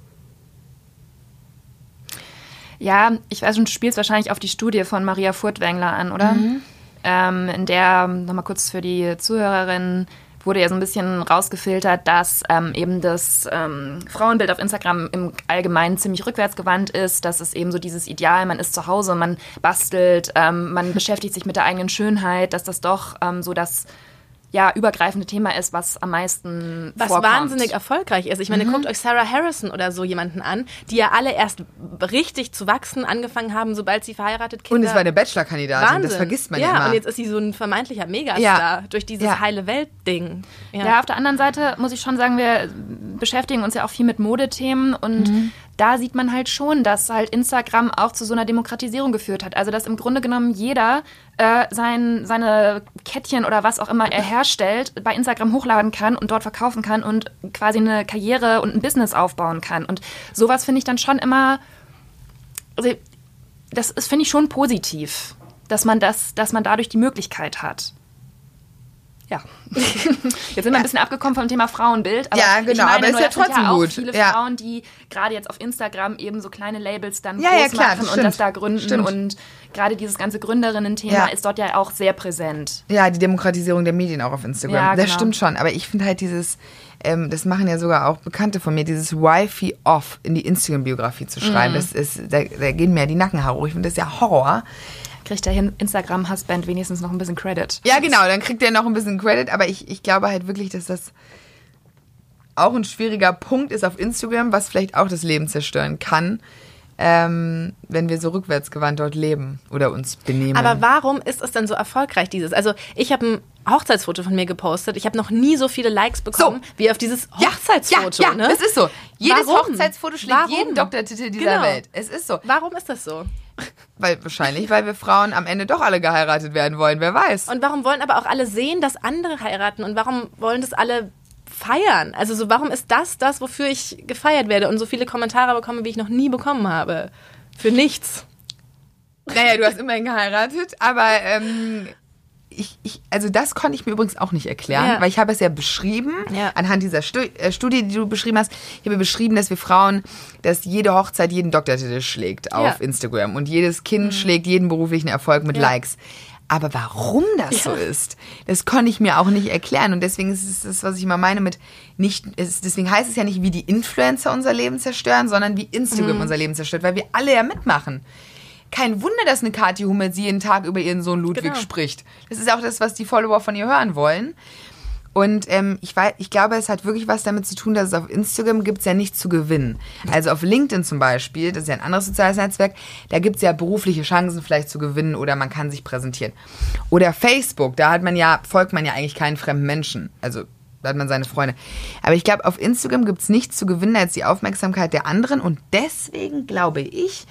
Ja, ich weiß schon, du spielst wahrscheinlich auf die Studie von Maria Furtwängler an, oder? In der, nochmal kurz für die Zuhörerinnen, wurde ja so ein bisschen rausgefiltert, dass eben das Frauenbild auf Instagram im Allgemeinen ziemlich rückwärtsgewandt ist, dass es eben so dieses Ideal, man ist zu Hause, man bastelt, man beschäftigt sich mit der eigenen Schönheit, dass das doch so das übergreifende Thema ist, was am meisten vorkommt. Was wahnsinnig erfolgreich ist. Ich meine, guckt euch Sarah Harrison oder so jemanden an, die ja alle erst richtig zu wachsen angefangen haben, sobald sie verheiratet Kinder. Und es war eine Bachelor-Kandidatin, das vergisst man ja immer. Ja, und jetzt ist sie so ein vermeintlicher Megastar durch dieses heile Welt-Ding. Ja, auf der anderen Seite muss ich schon sagen, wir beschäftigen uns ja auch viel mit Modethemen und da sieht man halt schon, dass halt Instagram auch zu so einer Demokratisierung geführt hat. Also dass im Grunde genommen jeder seine Kettchen oder was auch immer er herstellt, bei Instagram hochladen kann und dort verkaufen kann und quasi eine Karriere und ein Business aufbauen kann. Und sowas finde ich dann schon immer, also das ist, finde ich, schon positiv, dass man dadurch die Möglichkeit hat. Ja. Jetzt sind wir ein bisschen abgekommen vom Thema Frauenbild. Aber ja, genau, aber es ist ja trotzdem auch gut. Viele Frauen, die gerade jetzt auf Instagram eben so kleine Labels dann groß machen und das da gründen. Stimmt. Und gerade dieses ganze Gründerinnen-Thema ist dort ja auch sehr präsent. Ja, die Demokratisierung der Medien auch auf Instagram. Ja, das stimmt schon. Aber ich finde halt dieses, das machen ja sogar auch Bekannte von mir, dieses Wifey off in die Instagram-Biografie zu schreiben. Das ist, da gehen mir die Nackenhaare hoch. Ich finde das ja Horror. Kriegt der Instagram-Husband wenigstens noch ein bisschen Credit. Ja, genau, dann kriegt er noch ein bisschen Credit, aber ich glaube halt wirklich, dass das auch ein schwieriger Punkt ist auf Instagram, was vielleicht auch das Leben zerstören kann, wenn wir so rückwärtsgewandt dort leben oder uns benehmen. Aber warum ist es denn so erfolgreich, dieses? Also ich habe ein Hochzeitsfoto von mir gepostet. Ich habe noch nie so viele Likes bekommen wie auf dieses Hochzeitsfoto. Ja, ne? Es ist so. Jedes Hochzeitsfoto schlägt Warum? jeden Doktortitel dieser Welt. Es ist so. Warum ist das so? Weil wir Frauen am Ende doch alle geheiratet werden wollen, wer weiß. Und warum wollen aber auch alle sehen, dass andere heiraten? Und warum wollen das alle feiern? Also so, warum ist das, wofür ich gefeiert werde und so viele Kommentare bekomme, wie ich noch nie bekommen habe? Für nichts. Naja, du hast immerhin geheiratet, aber also das konnte ich mir übrigens auch nicht erklären, weil ich habe es ja beschrieben, anhand dieser Studie, die du beschrieben hast. Ich habe beschrieben, dass dass jede Hochzeit jeden Doktortitel schlägt auf Instagram und jedes Kind schlägt jeden beruflichen Erfolg mit Likes. Aber warum das so ist, das konnte ich mir auch nicht erklären. Und deswegen ist es das, was ich immer meine mit deswegen heißt es ja nicht, wie die Influencer unser Leben zerstören, sondern wie Instagram unser Leben zerstört, weil wir alle ja mitmachen. Kein Wunder, dass eine Kathi Hummels jeden Tag über ihren Sohn Ludwig spricht. Das ist auch das, was die Follower von ihr hören wollen. Und ich glaube, es hat wirklich was damit zu tun, dass es auf Instagram gibt es ja nichts zu gewinnen. Also auf LinkedIn zum Beispiel, das ist ja ein anderes soziales Netzwerk, da gibt es ja berufliche Chancen vielleicht zu gewinnen oder man kann sich präsentieren. Oder Facebook, da folgt man ja eigentlich keinen fremden Menschen. Also da hat man seine Freunde. Aber ich glaube, auf Instagram gibt es nichts zu gewinnen als die Aufmerksamkeit der anderen. Und deswegen glaube ich,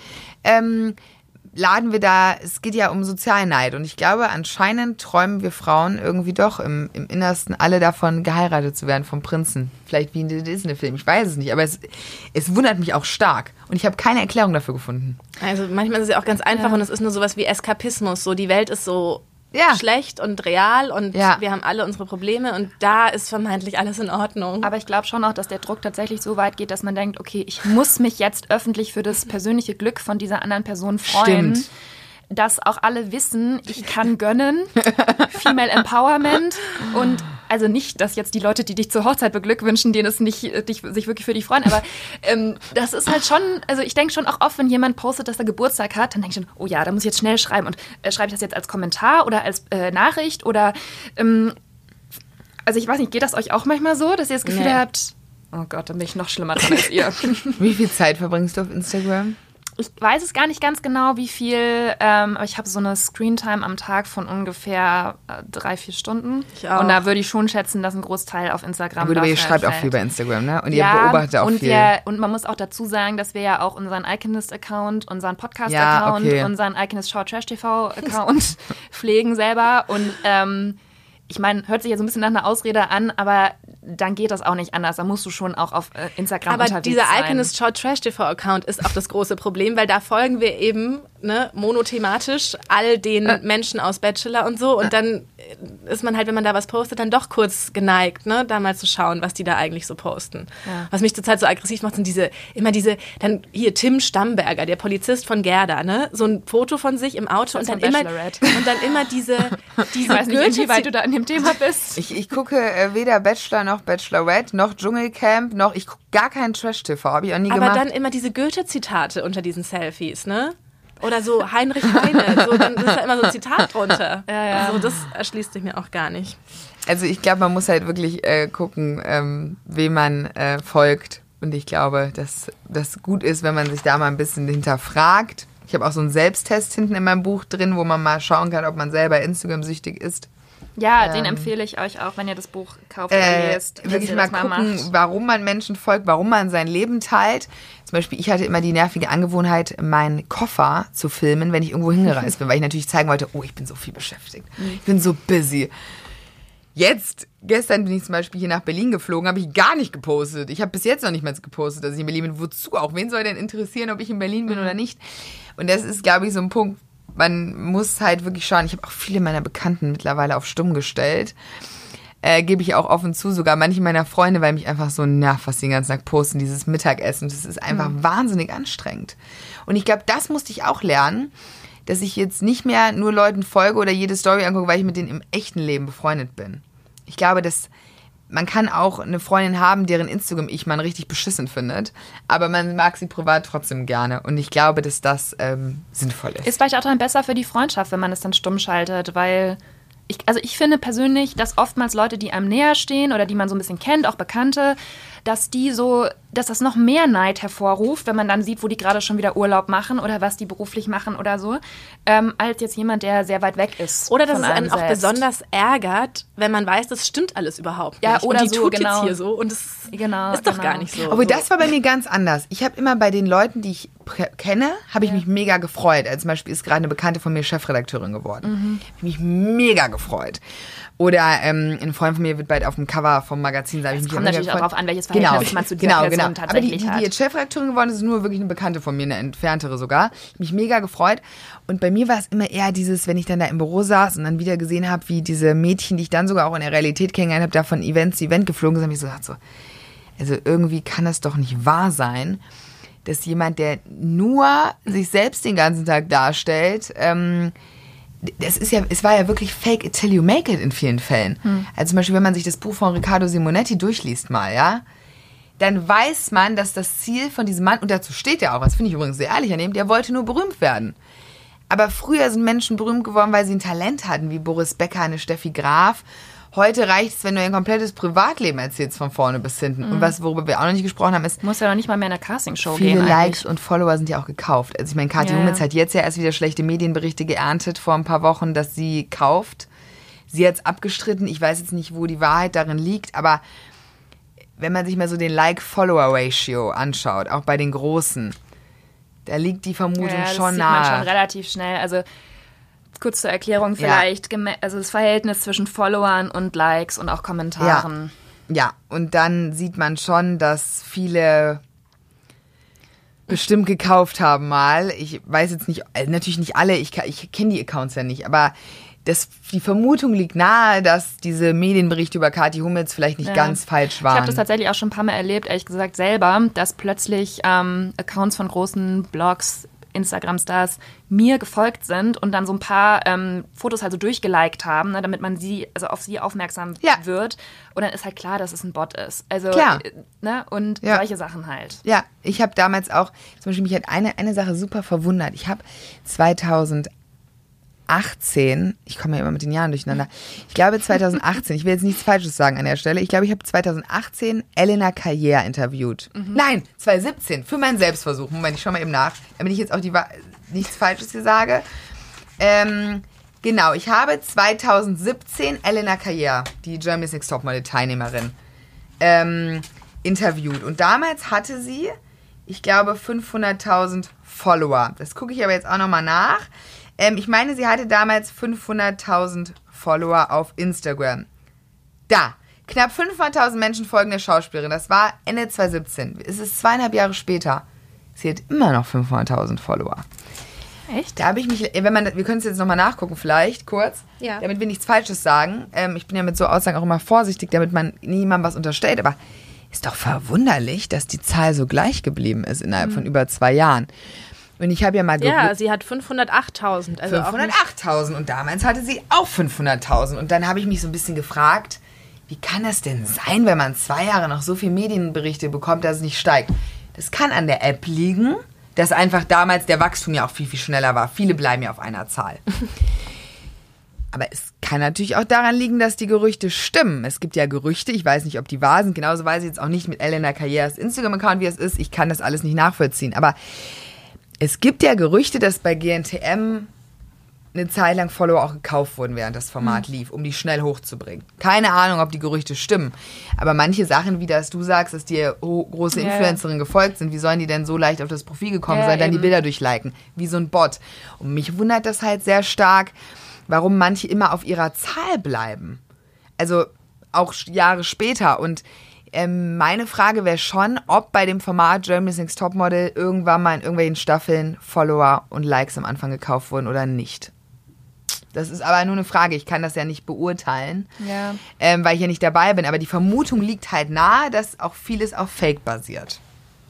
es geht ja um Sozialneid und ich glaube, anscheinend träumen wir Frauen irgendwie doch im Innersten alle davon, geheiratet zu werden vom Prinzen. Vielleicht wie in den Disney-Film, ich weiß es nicht, aber es wundert mich auch stark und ich habe keine Erklärung dafür gefunden. Also manchmal ist es ja auch ganz einfach und es ist nur sowas wie Eskapismus, so die Welt ist so schlecht und real und wir haben alle unsere Probleme und da ist vermeintlich alles in Ordnung. Aber ich glaube schon auch, dass der Druck tatsächlich so weit geht, dass man denkt, okay, ich muss mich jetzt öffentlich für das persönliche Glück von dieser anderen Person freuen. Stimmt. Dass auch alle wissen, ich kann gönnen, Female Empowerment und also nicht, dass jetzt die Leute, die dich zur Hochzeit beglückwünschen, denen es nicht sich wirklich für dich freuen, aber das ist halt schon, also ich denke schon auch oft, wenn jemand postet, dass er Geburtstag hat, dann denke ich schon, oh ja, da muss ich jetzt schnell schreiben und schreibe ich das jetzt als Kommentar oder als Nachricht oder Also ich weiß nicht, geht das euch auch manchmal so, dass ihr das Gefühl habt, oh Gott, dann bin ich noch schlimmer dran als ihr. Wie viel Zeit verbringst du auf Instagram? Ich weiß es gar nicht ganz genau, wie viel, aber ich habe so eine Screentime am Tag von ungefähr 3-4 Stunden. Ich auch. Und da würde ich schon schätzen, dass ein Großteil auf Instagram Gut, aber ihr schreibt auch viel bei Instagram, ne? Und ihr beobachtet auch viel. Und man muss auch dazu sagen, dass wir ja auch unseren Iconist-Account, unseren Podcast-Account, unseren Iconist Show Trash TV-Account pflegen selber. Und ich meine, hört sich ja so ein bisschen nach einer Ausrede an, aber dann geht das auch nicht anders. Da musst du schon auch auf Instagram unterwegs sein. Aber dieser Iconist Show Trash TV Account ist auch das große Problem, weil da folgen wir eben monothematisch all den Menschen aus Bachelor und so. Und dann ist man halt, wenn man da was postet, dann doch kurz geneigt, da mal zu schauen, was die da eigentlich so posten. Ja. Was mich zurzeit so aggressiv macht, sind dann hier Tim Stamberger, der Polizist von Gerda, so ein Foto von sich im Auto und dann immer diese ich weiß nicht, wie weit du da in dem Thema bist. Ich gucke weder Bachelor noch Bachelorette noch Dschungelcamp noch, ich gucke gar keinen Trash-TV, habe ich auch nie gemacht. Aber dann immer diese Goethe-Zitate unter diesen Selfies, ne? Oder so Heinrich Heine, dann ist da immer so ein Zitat drunter. Ja. Also das erschließt sich mir auch gar nicht. Also ich glaube, man muss halt wirklich gucken, wem man folgt. Und ich glaube, dass das gut ist, wenn man sich da mal ein bisschen hinterfragt. Ich habe auch so einen Selbsttest hinten in meinem Buch drin, wo man mal schauen kann, ob man selber Instagram-süchtig ist. Ja, den empfehle ich euch auch, wenn ihr das Buch kauft oder lest. Wirklich mal gucken, warum man Menschen folgt, warum man sein Leben teilt. Zum Beispiel, ich hatte immer die nervige Angewohnheit, meinen Koffer zu filmen, wenn ich irgendwo hingereist bin, weil ich natürlich zeigen wollte, ich bin so viel beschäftigt. Ich bin so busy. Gestern bin ich zum Beispiel hier nach Berlin geflogen, habe ich gar nicht gepostet. Ich habe bis jetzt noch nicht mal gepostet, dass ich in Berlin bin. Wozu auch? Wen soll denn interessieren, ob ich in Berlin bin oder nicht? Und das ist, glaube ich, so ein Punkt, man muss halt wirklich schauen. Ich habe auch viele meiner Bekannten mittlerweile auf stumm gestellt. Gebe ich auch offen zu, sogar manche meiner Freunde, weil mich einfach so nervt, was die den ganzen Tag posten, dieses Mittagessen. Das ist einfach wahnsinnig anstrengend. Und ich glaube, das musste ich auch lernen, dass ich jetzt nicht mehr nur Leuten folge oder jede Story angucke, weil ich mit denen im echten Leben befreundet bin. Ich glaube, dass man kann auch eine Freundin haben, deren Instagram-Ich man richtig beschissen findet, aber man mag sie privat trotzdem gerne. Und ich glaube, dass das sinnvoll ist. Ist vielleicht auch dann besser für die Freundschaft, wenn man es dann stumm schaltet, weil ich finde persönlich, dass oftmals Leute, die einem näher stehen oder die man so ein bisschen kennt, auch Bekannte, dass das noch mehr Neid hervorruft, wenn man dann sieht, wo die gerade schon wieder Urlaub machen oder was die beruflich machen oder so, als jetzt jemand, der sehr weit weg ist. Oder dass es einen auch besonders ärgert, wenn man weiß, das stimmt alles überhaupt nicht. Ja, oder und die so, tut jetzt hier so und es ist doch gar nicht so. Aber das war bei mir ganz anders. Ich habe immer bei den Leuten, die ich kenne, habe ich mich mega gefreut. Also zum Beispiel ist gerade eine Bekannte von mir Chefredakteurin geworden. Ich habe mich mega gefreut. Oder ein Freund von mir wird bald auf dem Cover vom Magazin sein. Es kommt natürlich auch darauf an, welches Verhältnis man zu dieser Person tatsächlich hat. Aber die jetzt Chefredakteurin geworden ist, ist nur wirklich eine Bekannte von mir, eine entferntere sogar. Ich habe mich mega gefreut. Und bei mir war es immer eher dieses, wenn ich dann da im Büro saß und dann wieder gesehen habe, wie diese Mädchen, die ich dann sogar auch in der Realität kennengelernt habe, da von Event zu Event geflogen sind, habe ich so gedacht, also irgendwie kann das doch nicht wahr sein, dass jemand, der nur sich selbst den ganzen Tag darstellt, es war ja wirklich fake it till you make it in vielen Fällen. Also zum Beispiel, wenn man sich das Buch von Riccardo Simonetti durchliest mal, ja, dann weiß man, dass das Ziel von diesem Mann, und dazu steht er auch, was finde ich übrigens sehr ehrlich an ihm, der wollte nur berühmt werden. Aber früher sind Menschen berühmt geworden, weil sie ein Talent hatten, wie Boris Becker, eine Steffi Graf. Heute reicht es, wenn du ein komplettes Privatleben erzählst, von vorne bis hinten. Und worüber wir auch noch nicht gesprochen haben, ist... Muss ja noch nicht mal mehr in einer Castingshow gehen. Viele Likes und Follower sind ja auch gekauft. Also ich meine, Kathi Hummels hat jetzt ja erst wieder schlechte Medienberichte geerntet vor ein paar Wochen, dass sie kauft. Sie hat es abgestritten. Ich weiß jetzt nicht, wo die Wahrheit darin liegt, aber wenn man sich mal so den Like-Follower-Ratio anschaut, auch bei den Großen, da liegt die Vermutung schon nahe. Das sieht man schon relativ schnell. Also kurz zur Erklärung vielleicht, also das Verhältnis zwischen Followern und Likes und auch Kommentaren. Ja, und dann sieht man schon, dass viele bestimmt gekauft haben mal. Ich weiß jetzt nicht, natürlich nicht alle, ich kenne die Accounts ja nicht, aber die Vermutung liegt nahe, dass diese Medienberichte über Kathi Hummels vielleicht nicht ganz falsch waren. Ich habe das tatsächlich auch schon ein paar Mal erlebt, ehrlich gesagt selber, dass plötzlich Accounts von großen Blogs, Instagram-Stars mir gefolgt sind und dann so ein paar Fotos halt so durchgeliked haben, ne, damit man auf sie aufmerksam wird. Und dann ist halt klar, dass es ein Bot ist. Also, ne, und solche Sachen halt. Ja, ich habe damals auch, zum Beispiel mich hat eine Sache super verwundert. Ich habe 2008 2018, ich komme ja immer mit den Jahren durcheinander, ich glaube 2018, ich will jetzt nichts Falsches sagen an der Stelle, ich glaube, ich habe 2018 Elena Carrière interviewt. Nein, 2017, für meinen Selbstversuch. Moment, ich schaue mal eben nach, damit ich jetzt auch nichts Falsches hier sage. Genau, ich habe 2017 Elena Carrière, die Germany's Next Topmodel-Teilnehmerin, interviewt. Und damals hatte sie, ich glaube, 500.000 Follower. Das gucke ich aber jetzt auch nochmal nach. Ich meine, sie hatte damals 500.000 Follower auf Instagram. Da, knapp 500.000 Menschen folgen der Schauspielerin. Das war Ende 2017. Es ist 2,5 Jahre später. Sie hat immer noch 500.000 Follower. Echt? Da habe ich mich, wir können es jetzt nochmal nachgucken vielleicht, kurz, damit wir nichts Falsches sagen. Ich bin ja mit so Aussagen auch immer vorsichtig, damit man niemandem was unterstellt, aber ist doch verwunderlich, dass die Zahl so gleich geblieben ist innerhalb von über 2 Jahren. Und ich habe ja mal Ja, sie hat 508.000. Also 508.000 und damals hatte sie auch 500.000. Und dann habe ich mich so ein bisschen gefragt, wie kann das denn sein, wenn man 2 Jahre noch so viele Medienberichte bekommt, dass es nicht steigt? Das kann an der App liegen, dass einfach damals der Wachstum ja auch viel, viel schneller war. Viele bleiben ja auf einer Zahl. Aber es kann natürlich auch daran liegen, dass die Gerüchte stimmen. Es gibt ja Gerüchte, ich weiß nicht, ob die wahr sind. Genauso weiß ich jetzt auch nicht mit Elena Carrières Instagram-Account, wie es ist. Ich kann das alles nicht nachvollziehen. Aber es gibt ja Gerüchte, dass bei GNTM eine Zeit lang Follower auch gekauft wurden, während das Format lief, um die schnell hochzubringen. Keine Ahnung, ob die Gerüchte stimmen. Aber manche Sachen, wie das du sagst, dass dir große Influencerinnen gefolgt sind, wie sollen die denn so leicht auf das Profil gekommen sein, dann die Bilder durchliken? Wie so ein Bot. Und mich wundert das halt sehr stark, warum manche immer auf ihrer Zahl bleiben. Also auch Jahre später. Und meine Frage wäre schon, ob bei dem Format Germany's Next Topmodel irgendwann mal in irgendwelchen Staffeln Follower und Likes am Anfang gekauft wurden oder nicht. Das ist aber nur eine Frage. Ich kann das ja nicht beurteilen, weil ich ja nicht dabei bin. Aber die Vermutung liegt halt nahe, dass auch vieles auf Fake basiert.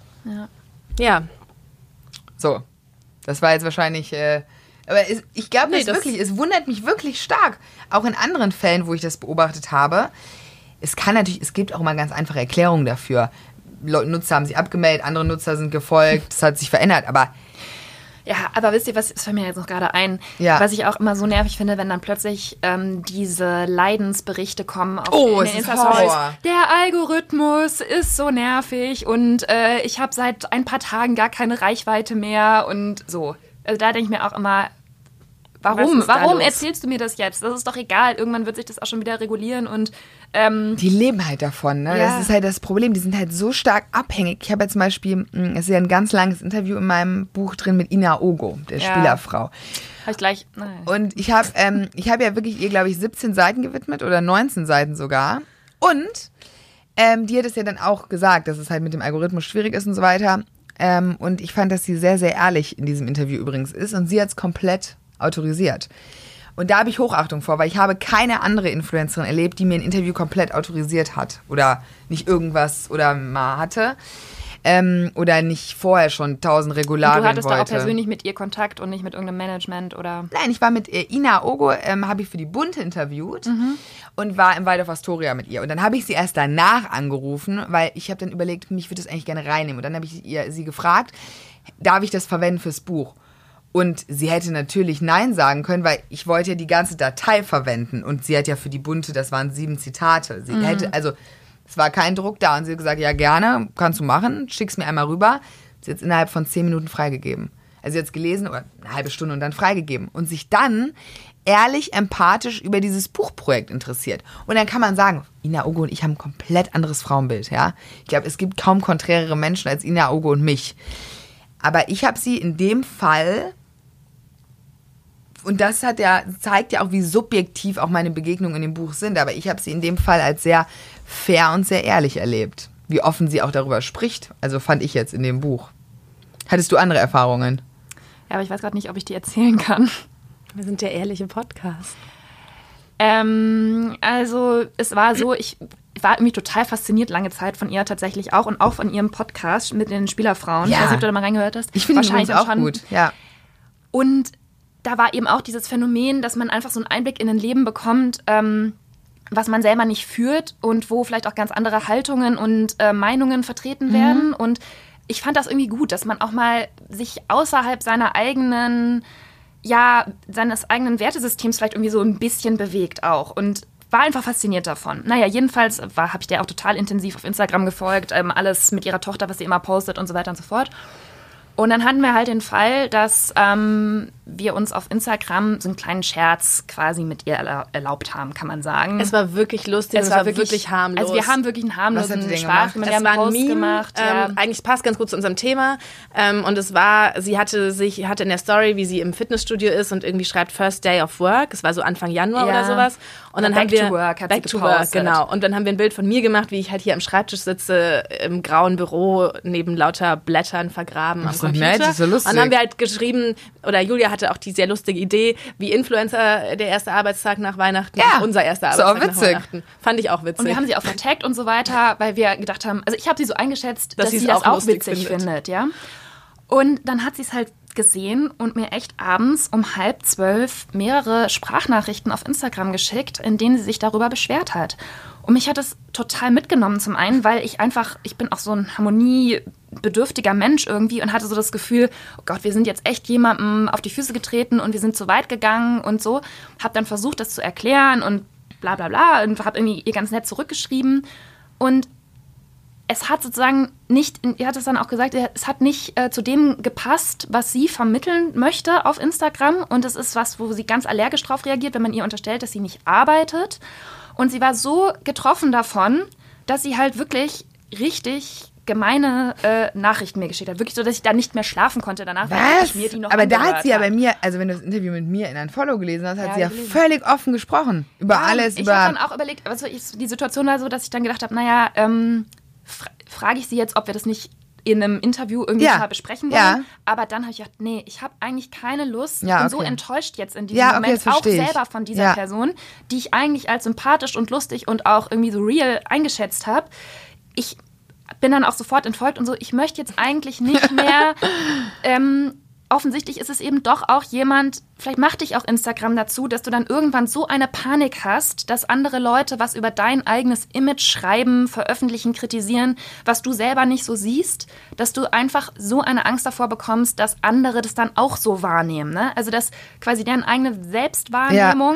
Ja. So, das war jetzt wahrscheinlich... aber ich glaube es wundert mich wirklich stark. Auch in anderen Fällen, wo ich das beobachtet habe. Es gibt auch mal ganz einfache Erklärungen dafür. Nutzer haben sich abgemeldet, andere Nutzer sind gefolgt, es hat sich verändert, aber... Ja, aber wisst ihr, was fällt mir jetzt noch gerade ein? Was ich auch immer so nervig finde, wenn dann plötzlich diese Leidensberichte kommen auf den Insta-Stories. Der Algorithmus ist so nervig und ich habe seit ein paar Tagen gar keine Reichweite mehr und so. Also da denke ich mir auch immer, warum erzählst du mir das jetzt? Das ist doch egal, irgendwann wird sich das auch schon wieder regulieren und die leben halt davon, ne? Das ist halt das Problem, die sind halt so stark abhängig. Ich habe ja zum Beispiel, es ist ja ein ganz langes Interview in meinem Buch drin mit Ina Ogo, der Spielerfrau. Hab ich gleich, nein. Und ich habe ja wirklich ihr, glaube ich, 17 Seiten gewidmet oder 19 Seiten sogar. Und die hat es ja dann auch gesagt, dass es halt mit dem Algorithmus schwierig ist und so weiter. Und ich fand, dass sie sehr, sehr ehrlich in diesem Interview übrigens ist und sie hat es komplett autorisiert. Und da habe ich Hochachtung vor, weil ich habe keine andere Influencerin erlebt, die mir ein Interview komplett autorisiert hat oder nicht irgendwas oder mal hatte oder nicht vorher schon 1000 Regularien wollte. Und du hattest da auch persönlich mit ihr Kontakt und nicht mit irgendeinem Management oder? Nein, ich war mit Ina Ogo, habe ich für die Bunte interviewt und war im Waldorf Astoria mit ihr. Und dann habe ich sie erst danach angerufen, weil ich habe dann überlegt, mich würde das eigentlich gerne reinnehmen. Und dann habe ich sie gefragt, darf ich das verwenden fürs Buch? Und sie hätte natürlich Nein sagen können, weil ich wollte ja die ganze Datei verwenden. Und sie hat ja für die Bunte, das waren 7 Zitate. Sie hätte, also es war kein Druck da. Und sie hat gesagt, ja gerne, kannst du machen, schick's mir einmal rüber. Sie hat es innerhalb von 10 Minuten freigegeben. Also sie hat es gelesen, oder eine halbe Stunde und dann freigegeben. Und sich dann ehrlich, empathisch über dieses Buchprojekt interessiert. Und dann kann man sagen, Ina Ogo und ich haben ein komplett anderes Frauenbild. Ja? Ich glaube, es gibt kaum konträrere Menschen als Ina Ogo und mich. Aber ich habe sie in dem Fall... Und das zeigt ja auch, wie subjektiv auch meine Begegnungen in dem Buch sind. Aber ich habe sie in dem Fall als sehr fair und sehr ehrlich erlebt. Wie offen sie auch darüber spricht. Also fand ich jetzt in dem Buch. Hattest du andere Erfahrungen? Ja, aber ich weiß gerade nicht, ob ich die erzählen kann. Wir sind der ehrliche Podcast. Also es war so, ich war irgendwie total fasziniert lange Zeit von ihr tatsächlich auch. Und auch von ihrem Podcast mit den Spielerfrauen. Ja. Ich weiß nicht, ob du da mal reingehört hast. Ich finde ihn auch gut. Ja. Und da war eben auch dieses Phänomen, dass man einfach so einen Einblick in ein Leben bekommt, was man selber nicht führt und wo vielleicht auch ganz andere Haltungen und Meinungen vertreten werden. Und ich fand das irgendwie gut, dass man auch mal sich außerhalb seiner eigenen seines eigenen Wertesystems vielleicht irgendwie so ein bisschen bewegt auch und war einfach fasziniert davon. Naja, jedenfalls habe ich der auch total intensiv auf Instagram gefolgt, alles mit ihrer Tochter, was sie immer postet und so weiter und so fort. Und dann hatten wir halt den Fall, dass wir uns auf Instagram so einen kleinen Scherz quasi mit ihr erlaubt haben, kann man sagen. Es war wirklich lustig, es war wirklich harmlos. Also wir haben wirklich einen harmlosen Spaß gemacht. Wir haben einen Post gemacht. Eigentlich passt ganz gut zu unserem Thema. Und es war, sie hatte in der Story, wie sie im Fitnessstudio ist und irgendwie schreibt First Day of Work. Es war so Anfang Januar oder sowas. Und dann haben wir Back to Work, genau. Und dann haben wir ein Bild von mir gemacht, wie ich halt hier am Schreibtisch sitze, im grauen Büro, neben lauter Blättern vergraben am Computer. Nett, das ist so lustig. Und dann haben wir halt geschrieben, oder Julia hatte auch die sehr lustige Idee, wie Influencer der erste Arbeitstag nach Weihnachten, unser erster Arbeitstag nach Weihnachten. Fand ich auch witzig. Und wir haben sie auch vertagt und so weiter, weil wir gedacht haben, also ich habe sie so eingeschätzt, dass sie das auch witzig findet, ja. Und dann hat sie es halt gesehen und mir echt abends um 11:30 mehrere Sprachnachrichten auf Instagram geschickt, in denen sie sich darüber beschwert hat. Und mich hat das total mitgenommen zum einen, weil ich bin auch so ein harmoniebedürftiger Mensch irgendwie und hatte so das Gefühl, oh Gott, wir sind jetzt echt jemandem auf die Füße getreten und wir sind zu weit gegangen und so. Hab dann versucht, das zu erklären und bla bla bla und hab irgendwie ihr ganz nett zurückgeschrieben und es hat sozusagen nicht, ihr hat es dann auch gesagt, es hat nicht zu dem gepasst, was sie vermitteln möchte auf Instagram. Und es ist was, wo sie ganz allergisch drauf reagiert, wenn man ihr unterstellt, dass sie nicht arbeitet. Und sie war so getroffen davon, dass sie halt wirklich richtig gemeine Nachrichten mir geschickt hat. Wirklich so, dass ich da nicht mehr schlafen konnte danach. Was? Ich mir die noch aber da hat sie ja bei mir, also wenn du das Interview mit mir in ein Follow gelesen hast, hat sie ja völlig offen gesprochen. Über alles, ich habe dann auch überlegt, also die Situation war so, dass ich dann gedacht habe, naja, frage ich sie jetzt, ob wir das nicht in einem Interview irgendwie mal besprechen wollen. Ja. Aber dann habe ich gedacht, nee, ich habe eigentlich keine Lust. Ja, okay. Und so enttäuscht jetzt in diesem Moment auch selber von dieser Person, die ich eigentlich als sympathisch und lustig und auch irgendwie so real eingeschätzt habe. Ich bin dann auch sofort entfolgt und so, ich möchte jetzt eigentlich nicht mehr offensichtlich ist es eben doch auch jemand, vielleicht macht dich auch Instagram dazu, dass du dann irgendwann so eine Panik hast, dass andere Leute was über dein eigenes Image schreiben, veröffentlichen, kritisieren, was du selber nicht so siehst, dass du einfach so eine Angst davor bekommst, dass andere das dann auch so wahrnehmen. Ne? Also dass quasi deren eigene Selbstwahrnehmung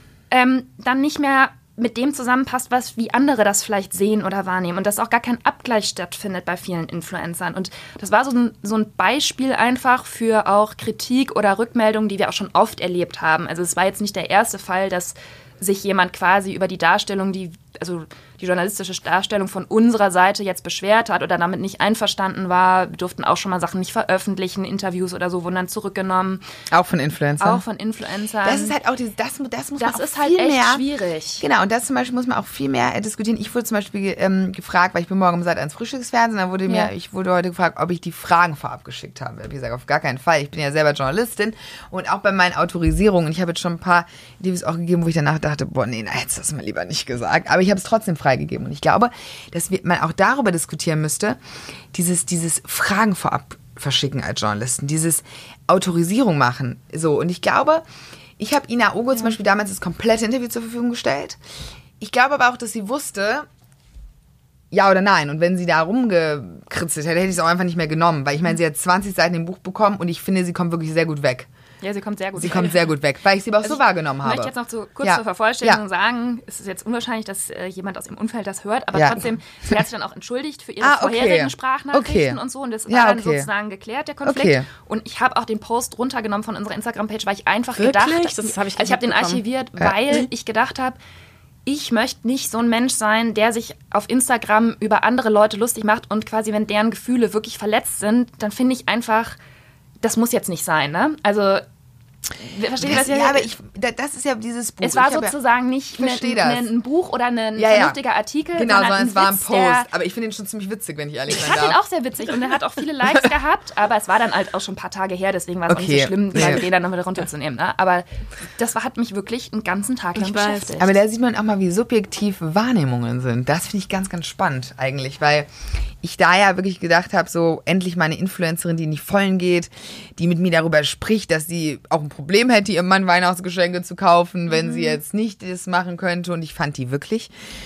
dann nicht mehr mit dem zusammenpasst, wie andere das vielleicht sehen oder wahrnehmen und dass auch gar kein Abgleich stattfindet bei vielen Influencern. Und das war so ein Beispiel einfach für auch Kritik oder Rückmeldungen, die wir auch schon oft erlebt haben. Also es war jetzt nicht der erste Fall, dass sich jemand quasi über die Darstellung, die journalistische Darstellung von unserer Seite jetzt beschwert hat oder damit nicht einverstanden war. Wir durften auch schon mal Sachen nicht veröffentlichen, Interviews oder so wurden dann zurückgenommen. Auch von Influencern? Auch von Influencern. Das ist halt auch, das muss man auch ist viel halt echt mehr, schwierig. Genau, und das zum Beispiel muss man auch viel mehr diskutieren. Ich wurde zum Beispiel gefragt, weil ich bin morgen um Sat.1 Frühstücksfernsehen, ich wurde heute gefragt, ob ich die Fragen vorab geschickt habe. Wie gesagt, auf gar keinen Fall. Ich bin ja selber Journalistin und auch bei meinen Autorisierungen. Ich habe jetzt schon ein paar Interviews auch gegeben, wo ich danach dachte, hättest du das mal lieber nicht gesagt. Aber ich habe es trotzdem freigegeben. Und ich glaube, dass man auch darüber diskutieren müsste, dieses Fragen vorab verschicken als Journalisten, dieses Autorisierung machen. So, und ich glaube, ich habe Ina Ogo zum Beispiel damals das komplette Interview zur Verfügung gestellt. Ich glaube aber auch, dass sie wusste, ja oder nein. Und wenn sie da rumgekritzelt hätte, hätte ich es auch einfach nicht mehr genommen. Weil ich meine, sie hat 20 Seiten im Buch bekommen und ich finde, sie kommt wirklich sehr gut weg. Ja, sie kommt sehr gut weg. Sie kommt sehr gut weg, weil ich sie aber auch so wahrgenommen habe. Ich möchte jetzt noch kurz zur Vervollständigung sagen, es ist jetzt unwahrscheinlich, dass jemand aus ihrem Umfeld das hört, aber trotzdem, sie hat sich dann auch entschuldigt für ihre vorherigen Sprachnachrichten und so und das war dann sozusagen geklärt, der Konflikt. Okay. Und ich habe auch den Post runtergenommen von unserer Instagram-Page, weil ich einfach gedacht habe, ich habe den archiviert, weil ich gedacht habe, ich möchte nicht so ein Mensch sein, der sich auf Instagram über andere Leute lustig macht und quasi, wenn deren Gefühle wirklich verletzt sind, dann finde ich einfach, das muss jetzt nicht sein, ne? Also, versteht ihr das? Ja, aber das ist ja dieses Buch. Es war sozusagen nicht ein Buch oder ein vernünftiger Artikel. Genau, sondern es war ein Post. Aber ich finde ihn schon ziemlich witzig, wenn ich ehrlich sein darf. Ich fand ihn auch sehr witzig und er hat auch viele Likes gehabt, aber es war dann halt auch schon ein paar Tage her, deswegen war es auch nicht so schlimm, den dann noch wieder runterzunehmen. Ne? Aber das hat mich wirklich einen ganzen Tag lang beschäftigt. Aber da sieht man auch mal, wie subjektiv Wahrnehmungen sind. Das finde ich ganz, ganz spannend eigentlich, weil ich da ja wirklich gedacht habe, so endlich mal eine Influencerin, die in die Vollen geht, die mit mir darüber spricht, dass sie auch ein Problem hätte, ihrem Mann Weihnachtsgeschenke zu kaufen, wenn sie jetzt nicht das machen könnte. Und ich fand die wirklich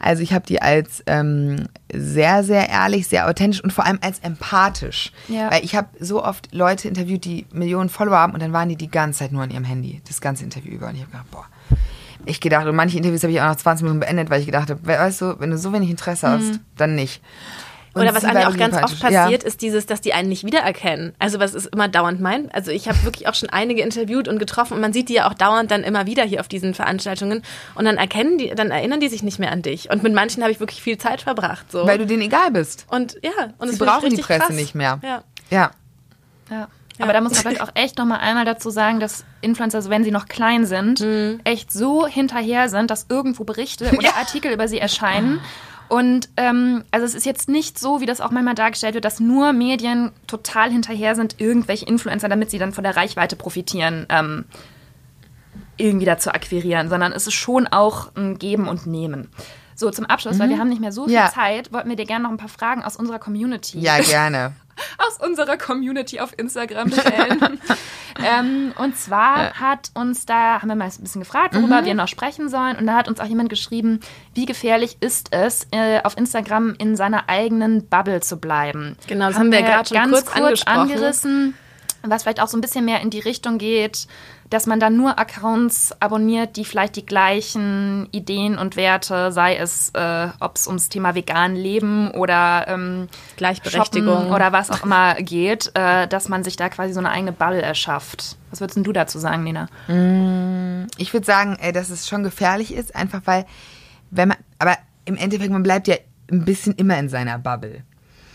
Also ich habe die als sehr, sehr ehrlich, sehr authentisch und vor allem als empathisch. Ja. Weil ich habe so oft Leute interviewt, die Millionen Follower haben und dann waren die ganze Zeit nur an ihrem Handy, das ganze Interview über. Und ich habe gedacht, boah. Ich gedacht, und manche Interviews habe ich auch nach 20 Minuten beendet, weil ich gedacht habe, weißt du, wenn du so wenig Interesse hast, dann nicht. Und oder was Anja auch ganz oft passiert, ist dieses, dass die einen nicht wiedererkennen. Also was ist immer dauernd mein. Also ich habe wirklich auch schon einige interviewt und getroffen und man sieht die ja auch dauernd dann immer wieder hier auf diesen Veranstaltungen und dann erinnern die sich nicht mehr an dich. Und mit manchen habe ich wirklich viel Zeit verbracht. So. Weil du denen egal bist. Und sie brauchen die Presse krass. Nicht mehr. Ja. Aber da muss man vielleicht auch echt nochmal einmal dazu sagen, dass Influencer, also wenn sie noch klein sind, echt so hinterher sind, dass irgendwo Berichte oder Artikel über sie erscheinen. Und also es ist jetzt nicht so, wie das auch manchmal dargestellt wird, dass nur Medien total hinterher sind, irgendwelche Influencer, damit sie dann von der Reichweite profitieren, irgendwie dazu akquirieren, sondern es ist schon auch ein Geben und Nehmen. So, zum Abschluss, weil wir haben nicht mehr so viel Zeit, wollten wir dir gerne noch ein paar Fragen aus unserer Community. Ja, gerne. Aus unserer Community auf Instagram stellen. Und zwar haben wir mal ein bisschen gefragt, worüber wir noch sprechen sollen. Und da hat uns auch jemand geschrieben, wie gefährlich ist es, auf Instagram in seiner eigenen Bubble zu bleiben. Genau, das haben wir gerade schon kurz angerissen. Was vielleicht auch so ein bisschen mehr in die Richtung geht, dass man dann nur Accounts abonniert, die vielleicht die gleichen Ideen und Werte, sei es, ob es ums Thema vegan leben oder Gleichberechtigung oder was auch immer geht, dass man sich da quasi so eine eigene Bubble erschafft. Was würdest denn du dazu sagen, Lena? Ich würde sagen, dass es schon gefährlich ist, einfach weil, aber im Endeffekt, man bleibt ja ein bisschen immer in seiner Bubble.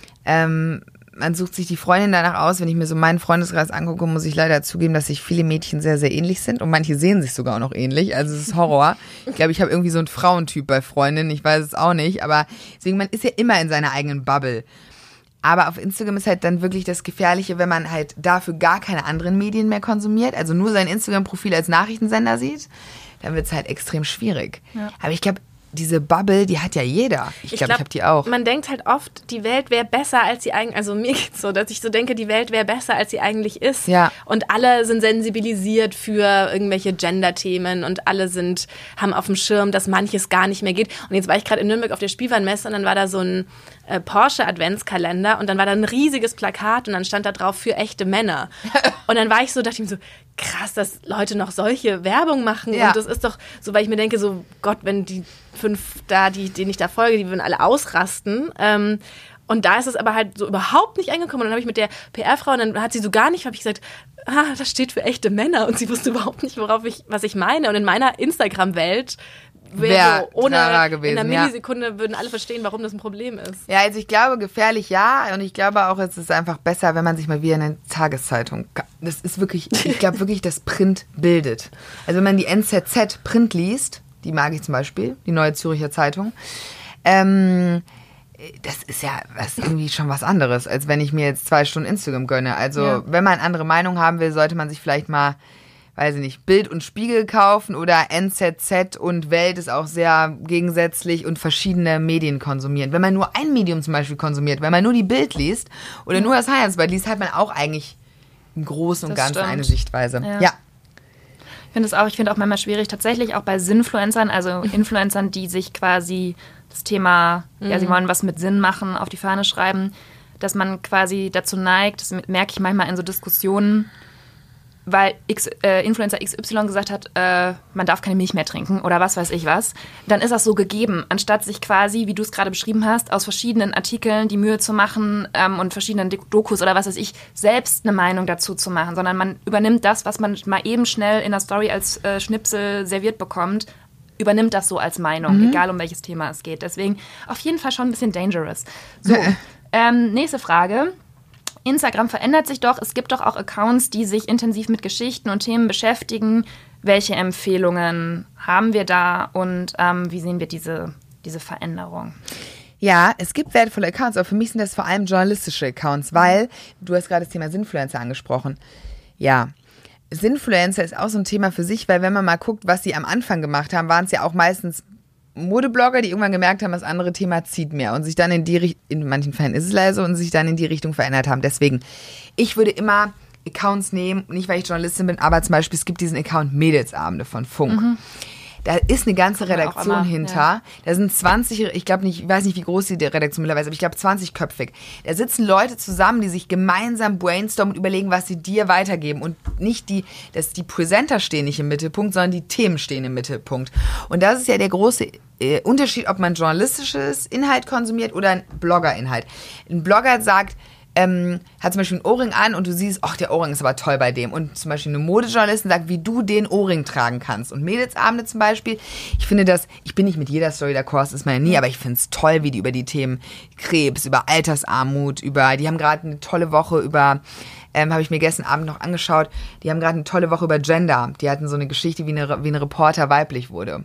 Man sucht sich die Freundin danach aus. Wenn ich mir so meinen Freundeskreis angucke, muss ich leider zugeben, dass sich viele Mädchen sehr, sehr ähnlich sind. Und manche sehen sich sogar auch noch ähnlich. Also es ist Horror. Ich glaube, ich habe irgendwie so einen Frauentyp bei Freundinnen. Ich weiß es auch nicht. Aber deswegen, man ist ja immer in seiner eigenen Bubble. Aber auf Instagram ist halt dann wirklich das Gefährliche, wenn man halt dafür gar keine anderen Medien mehr konsumiert. Also nur sein Instagram-Profil als Nachrichtensender sieht. Dann wird es halt extrem schwierig. Ja. Aber ich glaube, diese Bubble, die hat ja jeder. Ich glaube, ich habe die auch. Man denkt halt oft, die Welt wäre besser, als sie eigentlich, also mir geht's so, dass ich so denke, die Welt wäre besser, als sie eigentlich ist. Ja. Und alle sind sensibilisiert für irgendwelche Gender-Themen und alle haben auf dem Schirm, dass manches gar nicht mehr geht. Und jetzt war ich gerade in Nürnberg auf der Spielwarenmesse und dann war da so ein Porsche-Adventskalender und dann war da ein riesiges Plakat und dann stand da drauf für echte Männer. Und dann dachte ich mir so, krass, dass Leute noch solche Werbung machen. Ja. Und das ist doch so, weil ich mir denke, so Gott, wenn die 5 da, denen ich da folge, die würden alle ausrasten. Und da ist es aber halt so überhaupt nicht angekommen. Und dann habe ich mit der PR-Frau, und dann hat sie so gar nicht, habe ich gesagt, das steht für echte Männer. Und sie wusste überhaupt nicht, was ich meine. Und in meiner Instagram-Welt wäre so, ohne gewesen, in einer Millisekunde würden alle verstehen, warum das ein Problem ist. Ja, also ich glaube, gefährlich ja. Und ich glaube auch, es ist einfach besser, wenn man sich mal wieder in eine Tageszeitung, das ist wirklich, ich glaube wirklich, das Print bildet. Also wenn man die NZZ Print liest, die mag ich zum Beispiel, die Neue Zürcher Zeitung, das ist ja irgendwie schon was anderes, als wenn ich mir jetzt 2 Stunden Instagram gönne. Also wenn man eine andere Meinung haben will, sollte man sich vielleicht mal, weiß ich nicht, Bild und Spiegel kaufen oder NZZ und Welt ist auch sehr gegensätzlich und verschiedene Medien konsumieren. Wenn man nur ein Medium zum Beispiel konsumiert, wenn man nur die Bild liest oder nur das Handelsblatt liest, hat man auch eigentlich im Großen und Ganzen eine Sichtweise. Ja. Ich finde auch manchmal schwierig, tatsächlich auch bei Sinfluencern, also Influencern, die sich quasi das Thema, sie wollen was mit Sinn machen, auf die Fahne schreiben, dass man quasi dazu neigt, das merke ich manchmal in so Diskussionen, weil Influencer XY gesagt hat, man darf keine Milch mehr trinken oder was weiß ich was, dann ist das so gegeben, anstatt sich quasi, wie du es gerade beschrieben hast, aus verschiedenen Artikeln die Mühe zu machen und verschiedenen Dokus oder was weiß ich, selbst eine Meinung dazu zu machen, sondern man übernimmt das, was man mal eben schnell in der Story als Schnipsel serviert bekommt, übernimmt das so als Meinung, egal um welches Thema es geht. Deswegen auf jeden Fall schon ein bisschen dangerous. So, nächste Frage. Instagram verändert sich doch. Es gibt doch auch Accounts, die sich intensiv mit Geschichten und Themen beschäftigen. Welche Empfehlungen haben wir da und wie sehen wir diese Veränderung? Ja, es gibt wertvolle Accounts, aber für mich sind das vor allem journalistische Accounts, weil du hast gerade das Thema Sinfluencer angesprochen. Ja, Sinfluencer ist auch so ein Thema für sich, weil wenn man mal guckt, was sie am Anfang gemacht haben, waren es ja auch meistens Modeblogger, die irgendwann gemerkt haben, das andere Thema zieht mehr und sich dann in manchen Fällen ist es leider so, und sich dann in die Richtung verändert haben. Deswegen, ich würde immer Accounts nehmen, nicht weil ich Journalistin bin, aber zum Beispiel, es gibt diesen Account Mädelsabende von Funk. da ist eine ganze Redaktion hinter. Ja. Da sind 20, ich weiß nicht, wie groß die Redaktion mittlerweile ist, aber ich glaube 20-köpfig. Da sitzen Leute zusammen, die sich gemeinsam brainstormen und überlegen, was sie dir weitergeben. Und nicht die Presenter stehen nicht im Mittelpunkt, sondern die Themen stehen im Mittelpunkt. Und das ist ja der große Unterschied, ob man journalistisches Inhalt konsumiert oder ein Blogger-Inhalt. Ein Blogger sagt, hat zum Beispiel einen Ohrring an und du siehst, ach, der Ohrring ist aber toll bei dem. Und zum Beispiel eine Modejournalistin sagt, wie du den Ohrring tragen kannst. Und Mädelsabende zum Beispiel, ich bin nicht mit jeder Story d'accord, das ist man ja nie, aber ich finde es toll, wie die über die Themen Krebs, über Altersarmut, die haben gerade eine tolle Woche über, habe ich mir gestern Abend noch angeschaut, die haben gerade eine tolle Woche über Gender. Die hatten so eine Geschichte, wie eine Reporter weiblich wurde.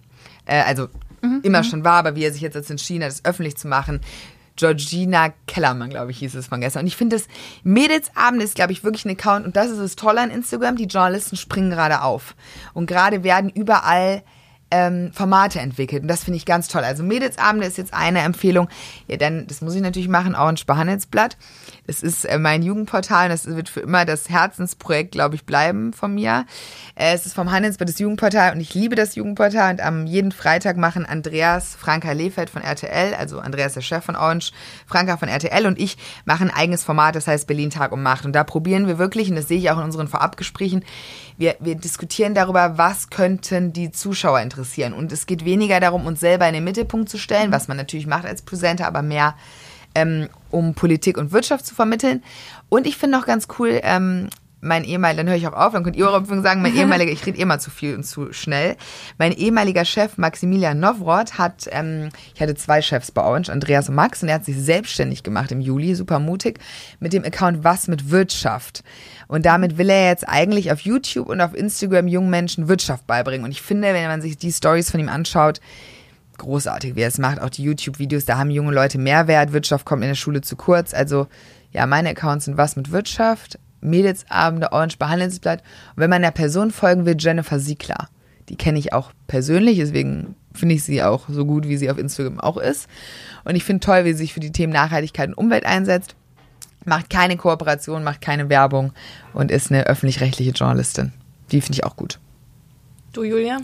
Immer schon war, aber wie er sich jetzt entschieden hat, das öffentlich zu machen. Georgina Kellermann, glaube ich, hieß es von gestern. Und ich finde, das Mädelsabend ist, glaube ich, wirklich ein Account. Und das ist das Tolle an Instagram. Die Journalisten springen gerade auf. Und gerade werden überall Formate entwickelt. Und das finde ich ganz toll. Also Mädelsabende ist jetzt eine Empfehlung. Ja, dann, das muss ich natürlich machen, Orange Handelsblatt. Das ist mein Jugendportal und das wird für immer das Herzensprojekt, glaube ich, bleiben von mir. Es ist vom Handelsblatt das Jugendportal und ich liebe das Jugendportal. Und am jeden Freitag machen Andreas Franka Lefeld von RTL, also Andreas der Chef von Orange, Franka von RTL und ich machen ein eigenes Format, das heißt Berlin Tag und Macht. Und da probieren wir wirklich, und das sehe ich auch in unseren Vorabgesprächen, wir diskutieren darüber, was könnten die Zuschauer interessieren. Und es geht weniger darum, uns selber in den Mittelpunkt zu stellen, was man natürlich macht als Presenter, aber mehr um Politik und Wirtschaft zu vermitteln. Und ich finde auch ganz cool, mein ehemaliger, dann höre ich auch auf, dann könnt ihr eure Empfehlung sagen, ich rede immer zu viel und zu schnell. Mein ehemaliger Chef Maximilian Nowroth ich hatte 2 Chefs bei Orange, Andreas und Max, und er hat sich selbstständig gemacht im Juli, super mutig, mit dem Account Was mit Wirtschaft. Und damit will er jetzt eigentlich auf YouTube und auf Instagram jungen Menschen Wirtschaft beibringen. Und ich finde, wenn man sich die Stories von ihm anschaut, großartig, wie er es macht, auch die YouTube-Videos, da haben junge Leute Mehrwert, Wirtschaft kommt in der Schule zu kurz. Also ja, meine Accounts sind Was mit Wirtschaft, Mädelsabende, Orange Handelsblatt. Und wenn man der Person folgen will, Jennifer Siegler. Die kenne ich auch persönlich, deswegen finde ich sie auch so gut, wie sie auf Instagram auch ist. Und ich finde toll, wie sie sich für die Themen Nachhaltigkeit und Umwelt einsetzt. Macht keine Kooperation, macht keine Werbung und ist eine öffentlich-rechtliche Journalistin. Die finde ich auch gut. Du, Julia?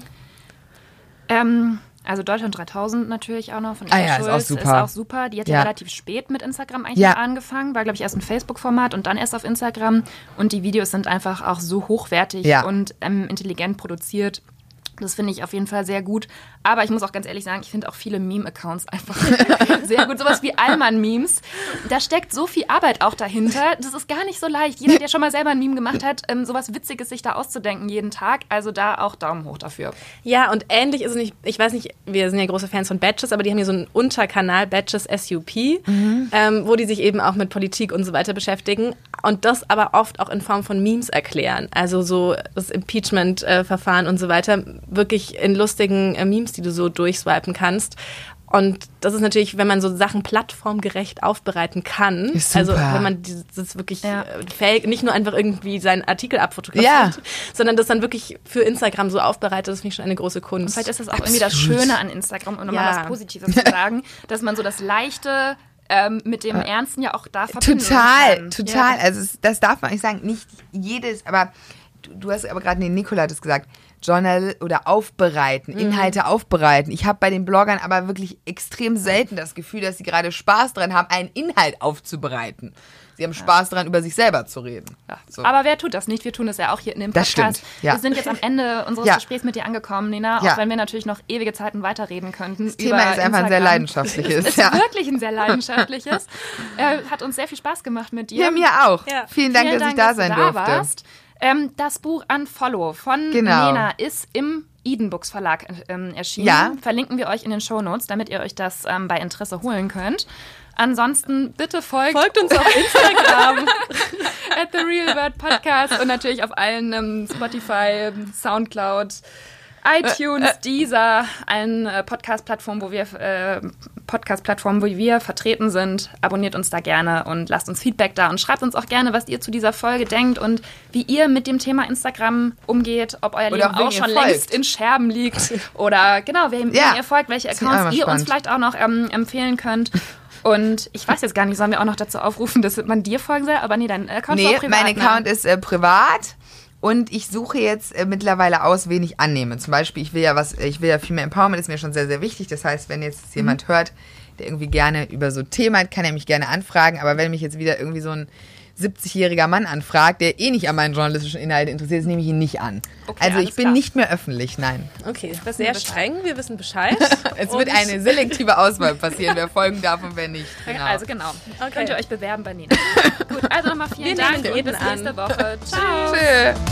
Also Deutschland 3000 natürlich auch noch von Eva Schulz. Ist auch super. Die hat ja relativ spät mit Instagram eigentlich angefangen. War, glaube ich, erst ein Facebook-Format und dann erst auf Instagram. Und die Videos sind einfach auch so hochwertig und intelligent produziert. Das finde ich auf jeden Fall sehr gut. Aber ich muss auch ganz ehrlich sagen, ich finde auch viele Meme-Accounts einfach sehr gut. Sowas wie Allmann-Memes. Da steckt so viel Arbeit auch dahinter. Das ist gar nicht so leicht. Jeder, der schon mal selber ein Meme gemacht hat, sowas Witziges sich da auszudenken jeden Tag. Also da auch Daumen hoch dafür. Ja, und ähnlich ist es nicht, ich weiß nicht, wir sind ja große Fans von Batches, aber die haben hier so einen Unterkanal, Batches SUP, wo die sich eben auch mit Politik und so weiter beschäftigen. Und das aber oft auch in Form von Memes erklären. Also so das Impeachment-Verfahren und so weiter. Wirklich in lustigen Memes, die du so durchswipen kannst. Und das ist natürlich, wenn man so Sachen plattformgerecht aufbereiten kann, also wenn man das wirklich nicht nur einfach irgendwie seinen Artikel abfotografiert, sondern das dann wirklich für Instagram so aufbereitet, das finde ich schon eine große Kunst. Und vielleicht ist das auch irgendwie das Schöne an Instagram, um nochmal was Positives zu sagen, dass man so das Leichte mit dem Ernsten ja auch da verbinden kann. Total. Ja. Also das darf man nicht sagen, nicht jedes, aber du hast aber gerade, Nicola hat es gesagt, Journal oder aufbereiten, Inhalte aufbereiten. Ich habe bei den Bloggern aber wirklich extrem selten das Gefühl, dass sie gerade Spaß dran haben, einen Inhalt aufzubereiten. Sie haben Spaß dran, über sich selber zu reden. Ja. So. Aber wer tut das nicht? Wir tun das ja auch hier in dem Podcast. Das stimmt. Ja. Wir sind jetzt am Ende unseres Gesprächs mit dir angekommen, Nina, auch wenn wir natürlich noch ewige Zeiten weiterreden könnten. Das Thema ist einfach ein sehr leidenschaftliches. Es ist wirklich ein sehr leidenschaftliches. Hat uns sehr viel Spaß gemacht mit dir. Ja, mir auch. Ja. Vielen Dank, dass ich da sein durfte. Warst. Das Buch Unfollow von Nina ist im Eden Books Verlag erschienen. Ja. Verlinken wir euch in den Shownotes, damit ihr euch das bei Interesse holen könnt. Ansonsten bitte folgt uns auf Instagram @TheRealWordPodcast und natürlich auf allen Spotify, Soundcloud, iTunes, Deezer, allen Podcast-Plattformen, wo wir vertreten sind. Abonniert uns da gerne und lasst uns Feedback da und schreibt uns auch gerne, was ihr zu dieser Folge denkt und wie ihr mit dem Thema Instagram umgeht, ob euer Leben auch schon längst in Scherben liegt oder genau, wem ihr folgt, welche Accounts ihr uns vielleicht auch noch empfehlen könnt. Und ich weiß jetzt gar nicht, sollen wir auch noch dazu aufrufen, dass man dir folgen soll? Aber dein Account ist auch privat. Mein Account ist privat. Und ich suche jetzt mittlerweile aus, wen ich annehme. Zum Beispiel, ich will ja Female Empowerment, ist mir schon sehr, sehr wichtig. Das heißt, wenn jetzt jemand hört, der irgendwie gerne über so Themen hat, kann er mich gerne anfragen. Aber wenn mich jetzt wieder irgendwie so ein 70-jähriger Mann anfragt, der eh nicht an meinen journalistischen Inhalten interessiert ist, nehme ich ihn nicht an. Okay, also ich bin nicht mehr öffentlich, nein. Okay, das ist sehr streng, wir wissen Bescheid. Es wird eine selektive Auswahl passieren, wer folgen darf und wer nicht. Genau. Also genau, könnt ihr euch bewerben bei Nina. Gut, also nochmal vielen Dank und bis nächste Woche. Ciao. Tschüss.